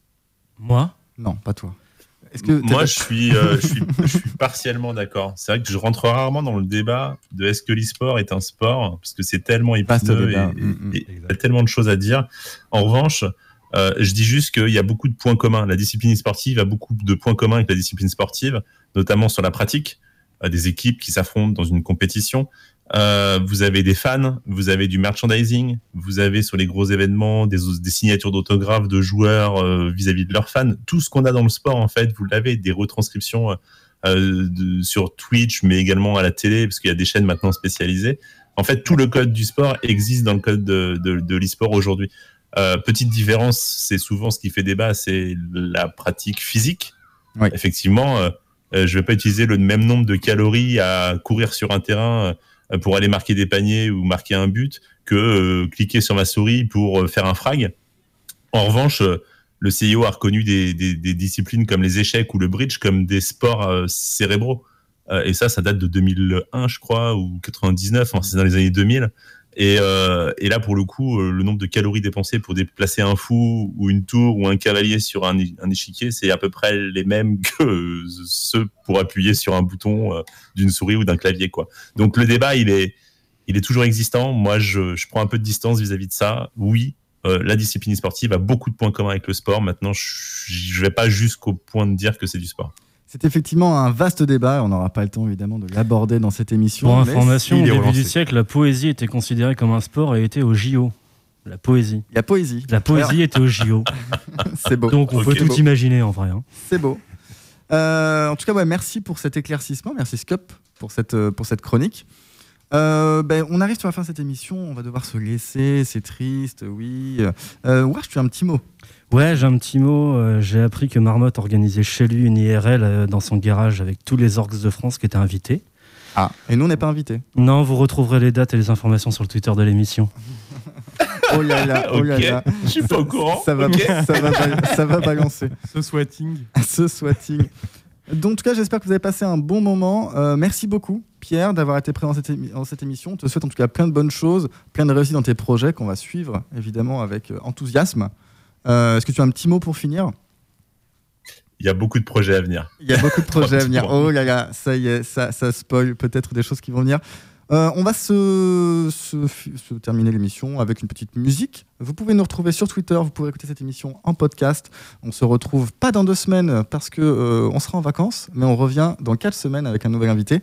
Moi Non, pas toi. Est-ce que t'es Moi, d'accord je suis, euh, je, suis, je suis partiellement d'accord. C'est vrai que je rentre rarement dans le débat de est-ce que l'e-sport est un sport, parce que c'est tellement Vaste épineux et débat. et- Mm, mm. et il y a tellement de choses à dire. En revanche, euh, je dis juste qu'il y a beaucoup de points communs. La discipline sportive a beaucoup de points communs avec la discipline sportive, notamment sur la pratique, euh, des équipes qui s'affrontent dans une compétition. Euh, vous avez des fans, vous avez du merchandising, vous avez sur les gros événements des, des signatures d'autographes de joueurs euh, vis-à-vis de leurs fans. Tout ce qu'on a dans le sport, en fait, vous l'avez, des retranscriptions euh, de, sur Twitch, mais également à la télé, parce qu'il y a des chaînes maintenant spécialisées. En fait, tout le code du sport existe dans le code de, de, de l'e-sport aujourd'hui. Euh, petite différence, c'est souvent ce qui fait débat, c'est la pratique physique. Oui. Effectivement, euh, euh, je ne vais pas utiliser le même nombre de calories à courir sur un terrain euh, pour aller marquer des paniers ou marquer un but que euh, cliquer sur ma souris pour euh, faire un frag. En revanche, euh, le C I O a reconnu des, des, des disciplines comme les échecs ou le bridge comme des sports euh, cérébraux. Euh, et ça, ça date de deux mille un, je crois, ou quatre-vingt-dix-neuf, enfin, c'est dans les années deux mille. Et, euh, et là, pour le coup, euh, le nombre de calories dépensées pour déplacer un fou ou une tour ou un cavalier sur un, un échiquier, c'est à peu près les mêmes que euh, ceux pour appuyer sur un bouton euh, d'une souris ou d'un clavier, quoi. Donc le débat, il est, il est toujours existant. Moi, je, je prends un peu de distance vis-à-vis de ça. Oui, euh, la discipline sportive a beaucoup de points communs avec le sport. Maintenant, je ne vais pas jusqu'au point de dire que c'est du sport. C'est effectivement un vaste débat. On n'aura pas le temps, évidemment, de l'aborder dans cette émission. Pour mais information, il au est début relancé. du siècle, la poésie était considérée comme un sport et était au J O. La poésie. il y a poésie. La poésie était au J O. C'est beau. Donc on Ok. peut tout imaginer en vrai. hein. C'est beau. Euh, en tout cas, ouais, merci pour cet éclaircissement. Merci Scup pour cette, euh, pour cette chronique. Euh, ben, on arrive sur la fin de cette émission. On va devoir se laisser. C'est triste, oui. Euh, Wesh, tu as un petit mot. Ouais, j'ai un petit mot. Euh, j'ai appris que Marmotte organisait chez lui une I R L euh, dans son garage avec tous les orques de France qui étaient invités. Ah, et nous, on n'est pas invités. Non, vous retrouverez les dates et les informations sur le Twitter de l'émission. Oh là là, oh là Ok. là. Je suis pas au courant. Ça va, Ok. ça va, ba- ça va balancer. Ce swatting. Ce swatting. Donc, en tout cas, j'espère que vous avez passé un bon moment. Euh, merci beaucoup, Pierre, d'avoir été présent dans cette, émi- dans cette émission. On te souhaite en tout cas plein de bonnes choses, plein de réussites dans tes projets qu'on va suivre, évidemment, avec euh, enthousiasme. Euh, Est-ce que tu as un petit mot pour finir? Il y a beaucoup de projets à venir. Il y a beaucoup de projets à venir. Pratiquement. Oh là là, ça y est, ça, ça spoil peut-être des choses qui vont venir. Euh, on va se, se, se terminer l'émission avec une petite musique. Vous pouvez nous retrouver sur Twitter, vous pouvez écouter cette émission en podcast. On se retrouve pas dans deux semaines parce que euh, on sera en vacances, mais on revient dans quatre semaines avec un nouvel invité.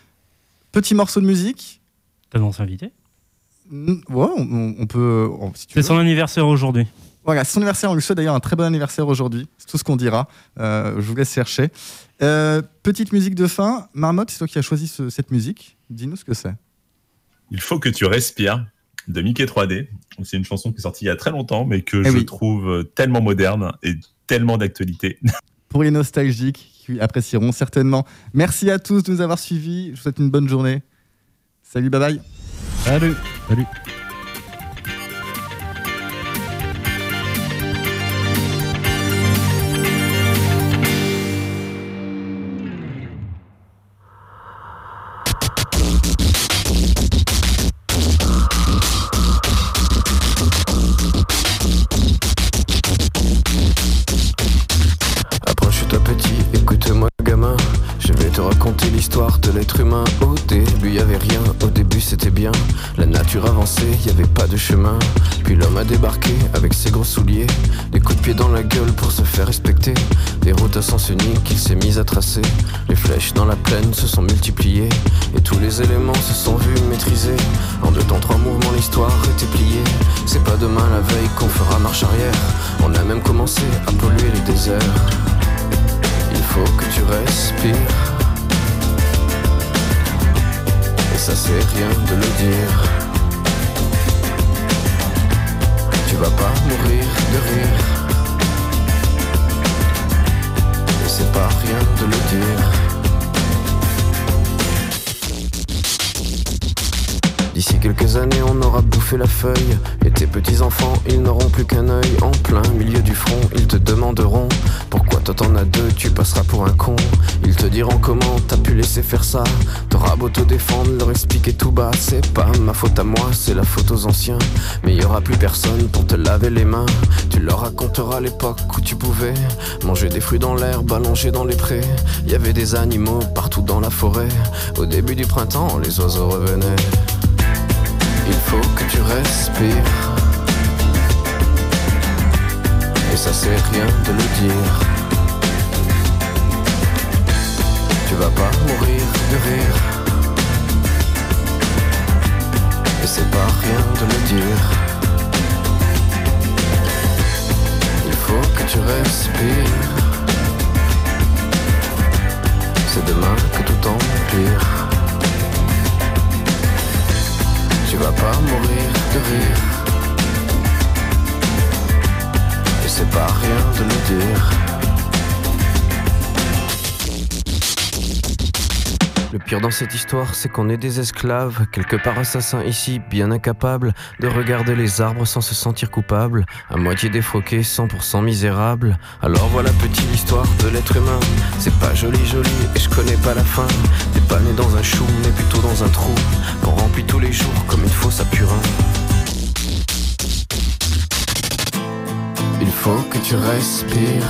Petit morceau de musique. T'annonces invité Mm, Ouais, on, on peut. on- si tu C'est veux. son anniversaire aujourd'hui. Voilà, c'est son anniversaire. On lui souhaite d'ailleurs un très bon anniversaire aujourd'hui. C'est tout ce qu'on dira. Euh, je vous laisse chercher. Euh, petite musique de fin. Marmotte, c'est toi qui as choisi ce- cette musique. Dis-nous ce que c'est. Il faut que tu respires de Mickey trois D. C'est une chanson qui est sortie il y a très longtemps, mais que Eh je oui. trouve tellement moderne et tellement d'actualité. Pour les nostalgiques qui apprécieront certainement. Merci à tous de nous avoir suivis. Je vous souhaite une bonne journée. Salut, bye bye. Salut. Salut. La nature avançait, y avait pas de chemin. Puis l'homme a débarqué avec ses gros souliers, des coups de pied dans la gueule pour se faire respecter. Des routes à sens unique qu'il s'est mis à tracer. Les flèches dans la plaine se sont multipliées et tous les éléments se sont vus maîtrisés. En deux temps, trois mouvements, l'histoire était pliée. C'est pas demain la veille qu'on fera marche arrière. On a même commencé à polluer les déserts. Il faut que tu respires. Et ça c'est rien de le dire. Tu vas pas mourir de rire. Et c'est pas rien de le dire. D'ici quelques années on aura bouffé la feuille. Et tes petits enfants ils n'auront plus qu'un œil. En plein milieu du front ils te demanderont pourquoi toi t'en as deux, tu passeras pour un con. Ils te diront comment t'as pu laisser faire ça. T'auras beau te défendre, leur expliquer tout bas. C'est pas ma faute à moi, c'est la faute aux anciens. Mais y aura plus personne pour te laver les mains. Tu leur raconteras l'époque où tu pouvais manger des fruits dans l'herbe, allongé dans les prés. Y avait des animaux partout dans la forêt. Au début du printemps, les oiseaux revenaient. Il faut que tu respires. Et ça c'est rien de le dire. Tu vas pas mourir de rire. Et c'est pas rien de le dire. Il faut que tu respires. C'est demain que tout empire. Tu vas pas mourir de rire. Et c'est pas rien de le dire. Le pire dans cette histoire, c'est qu'on est des esclaves, quelque part assassins ici, bien incapables de regarder les arbres sans se sentir coupables, à moitié défroqués, cent pour cent misérables. Alors voilà petite histoire de l'être humain. C'est pas joli joli et je connais pas la fin. T'es pas né dans un chou mais plutôt dans un trou qu'on remplit tous les jours comme il faut sa purin. Il faut que tu respires.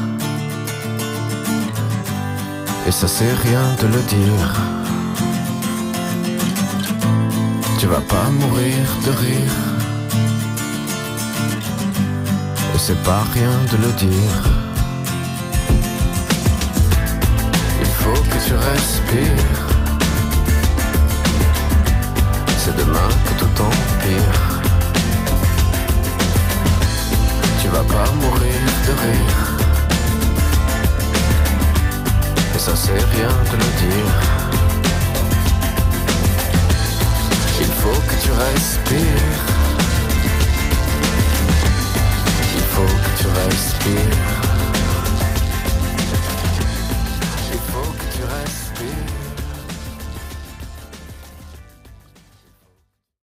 Et ça c'est rien de le dire. Tu vas pas mourir de rire. Et c'est pas rien de le dire. Il faut que tu respires. C'est demain que tout empire. Tu vas pas mourir de rire. Et ça c'est rien de le dire. Il faut que tu respires. Il faut que tu respires.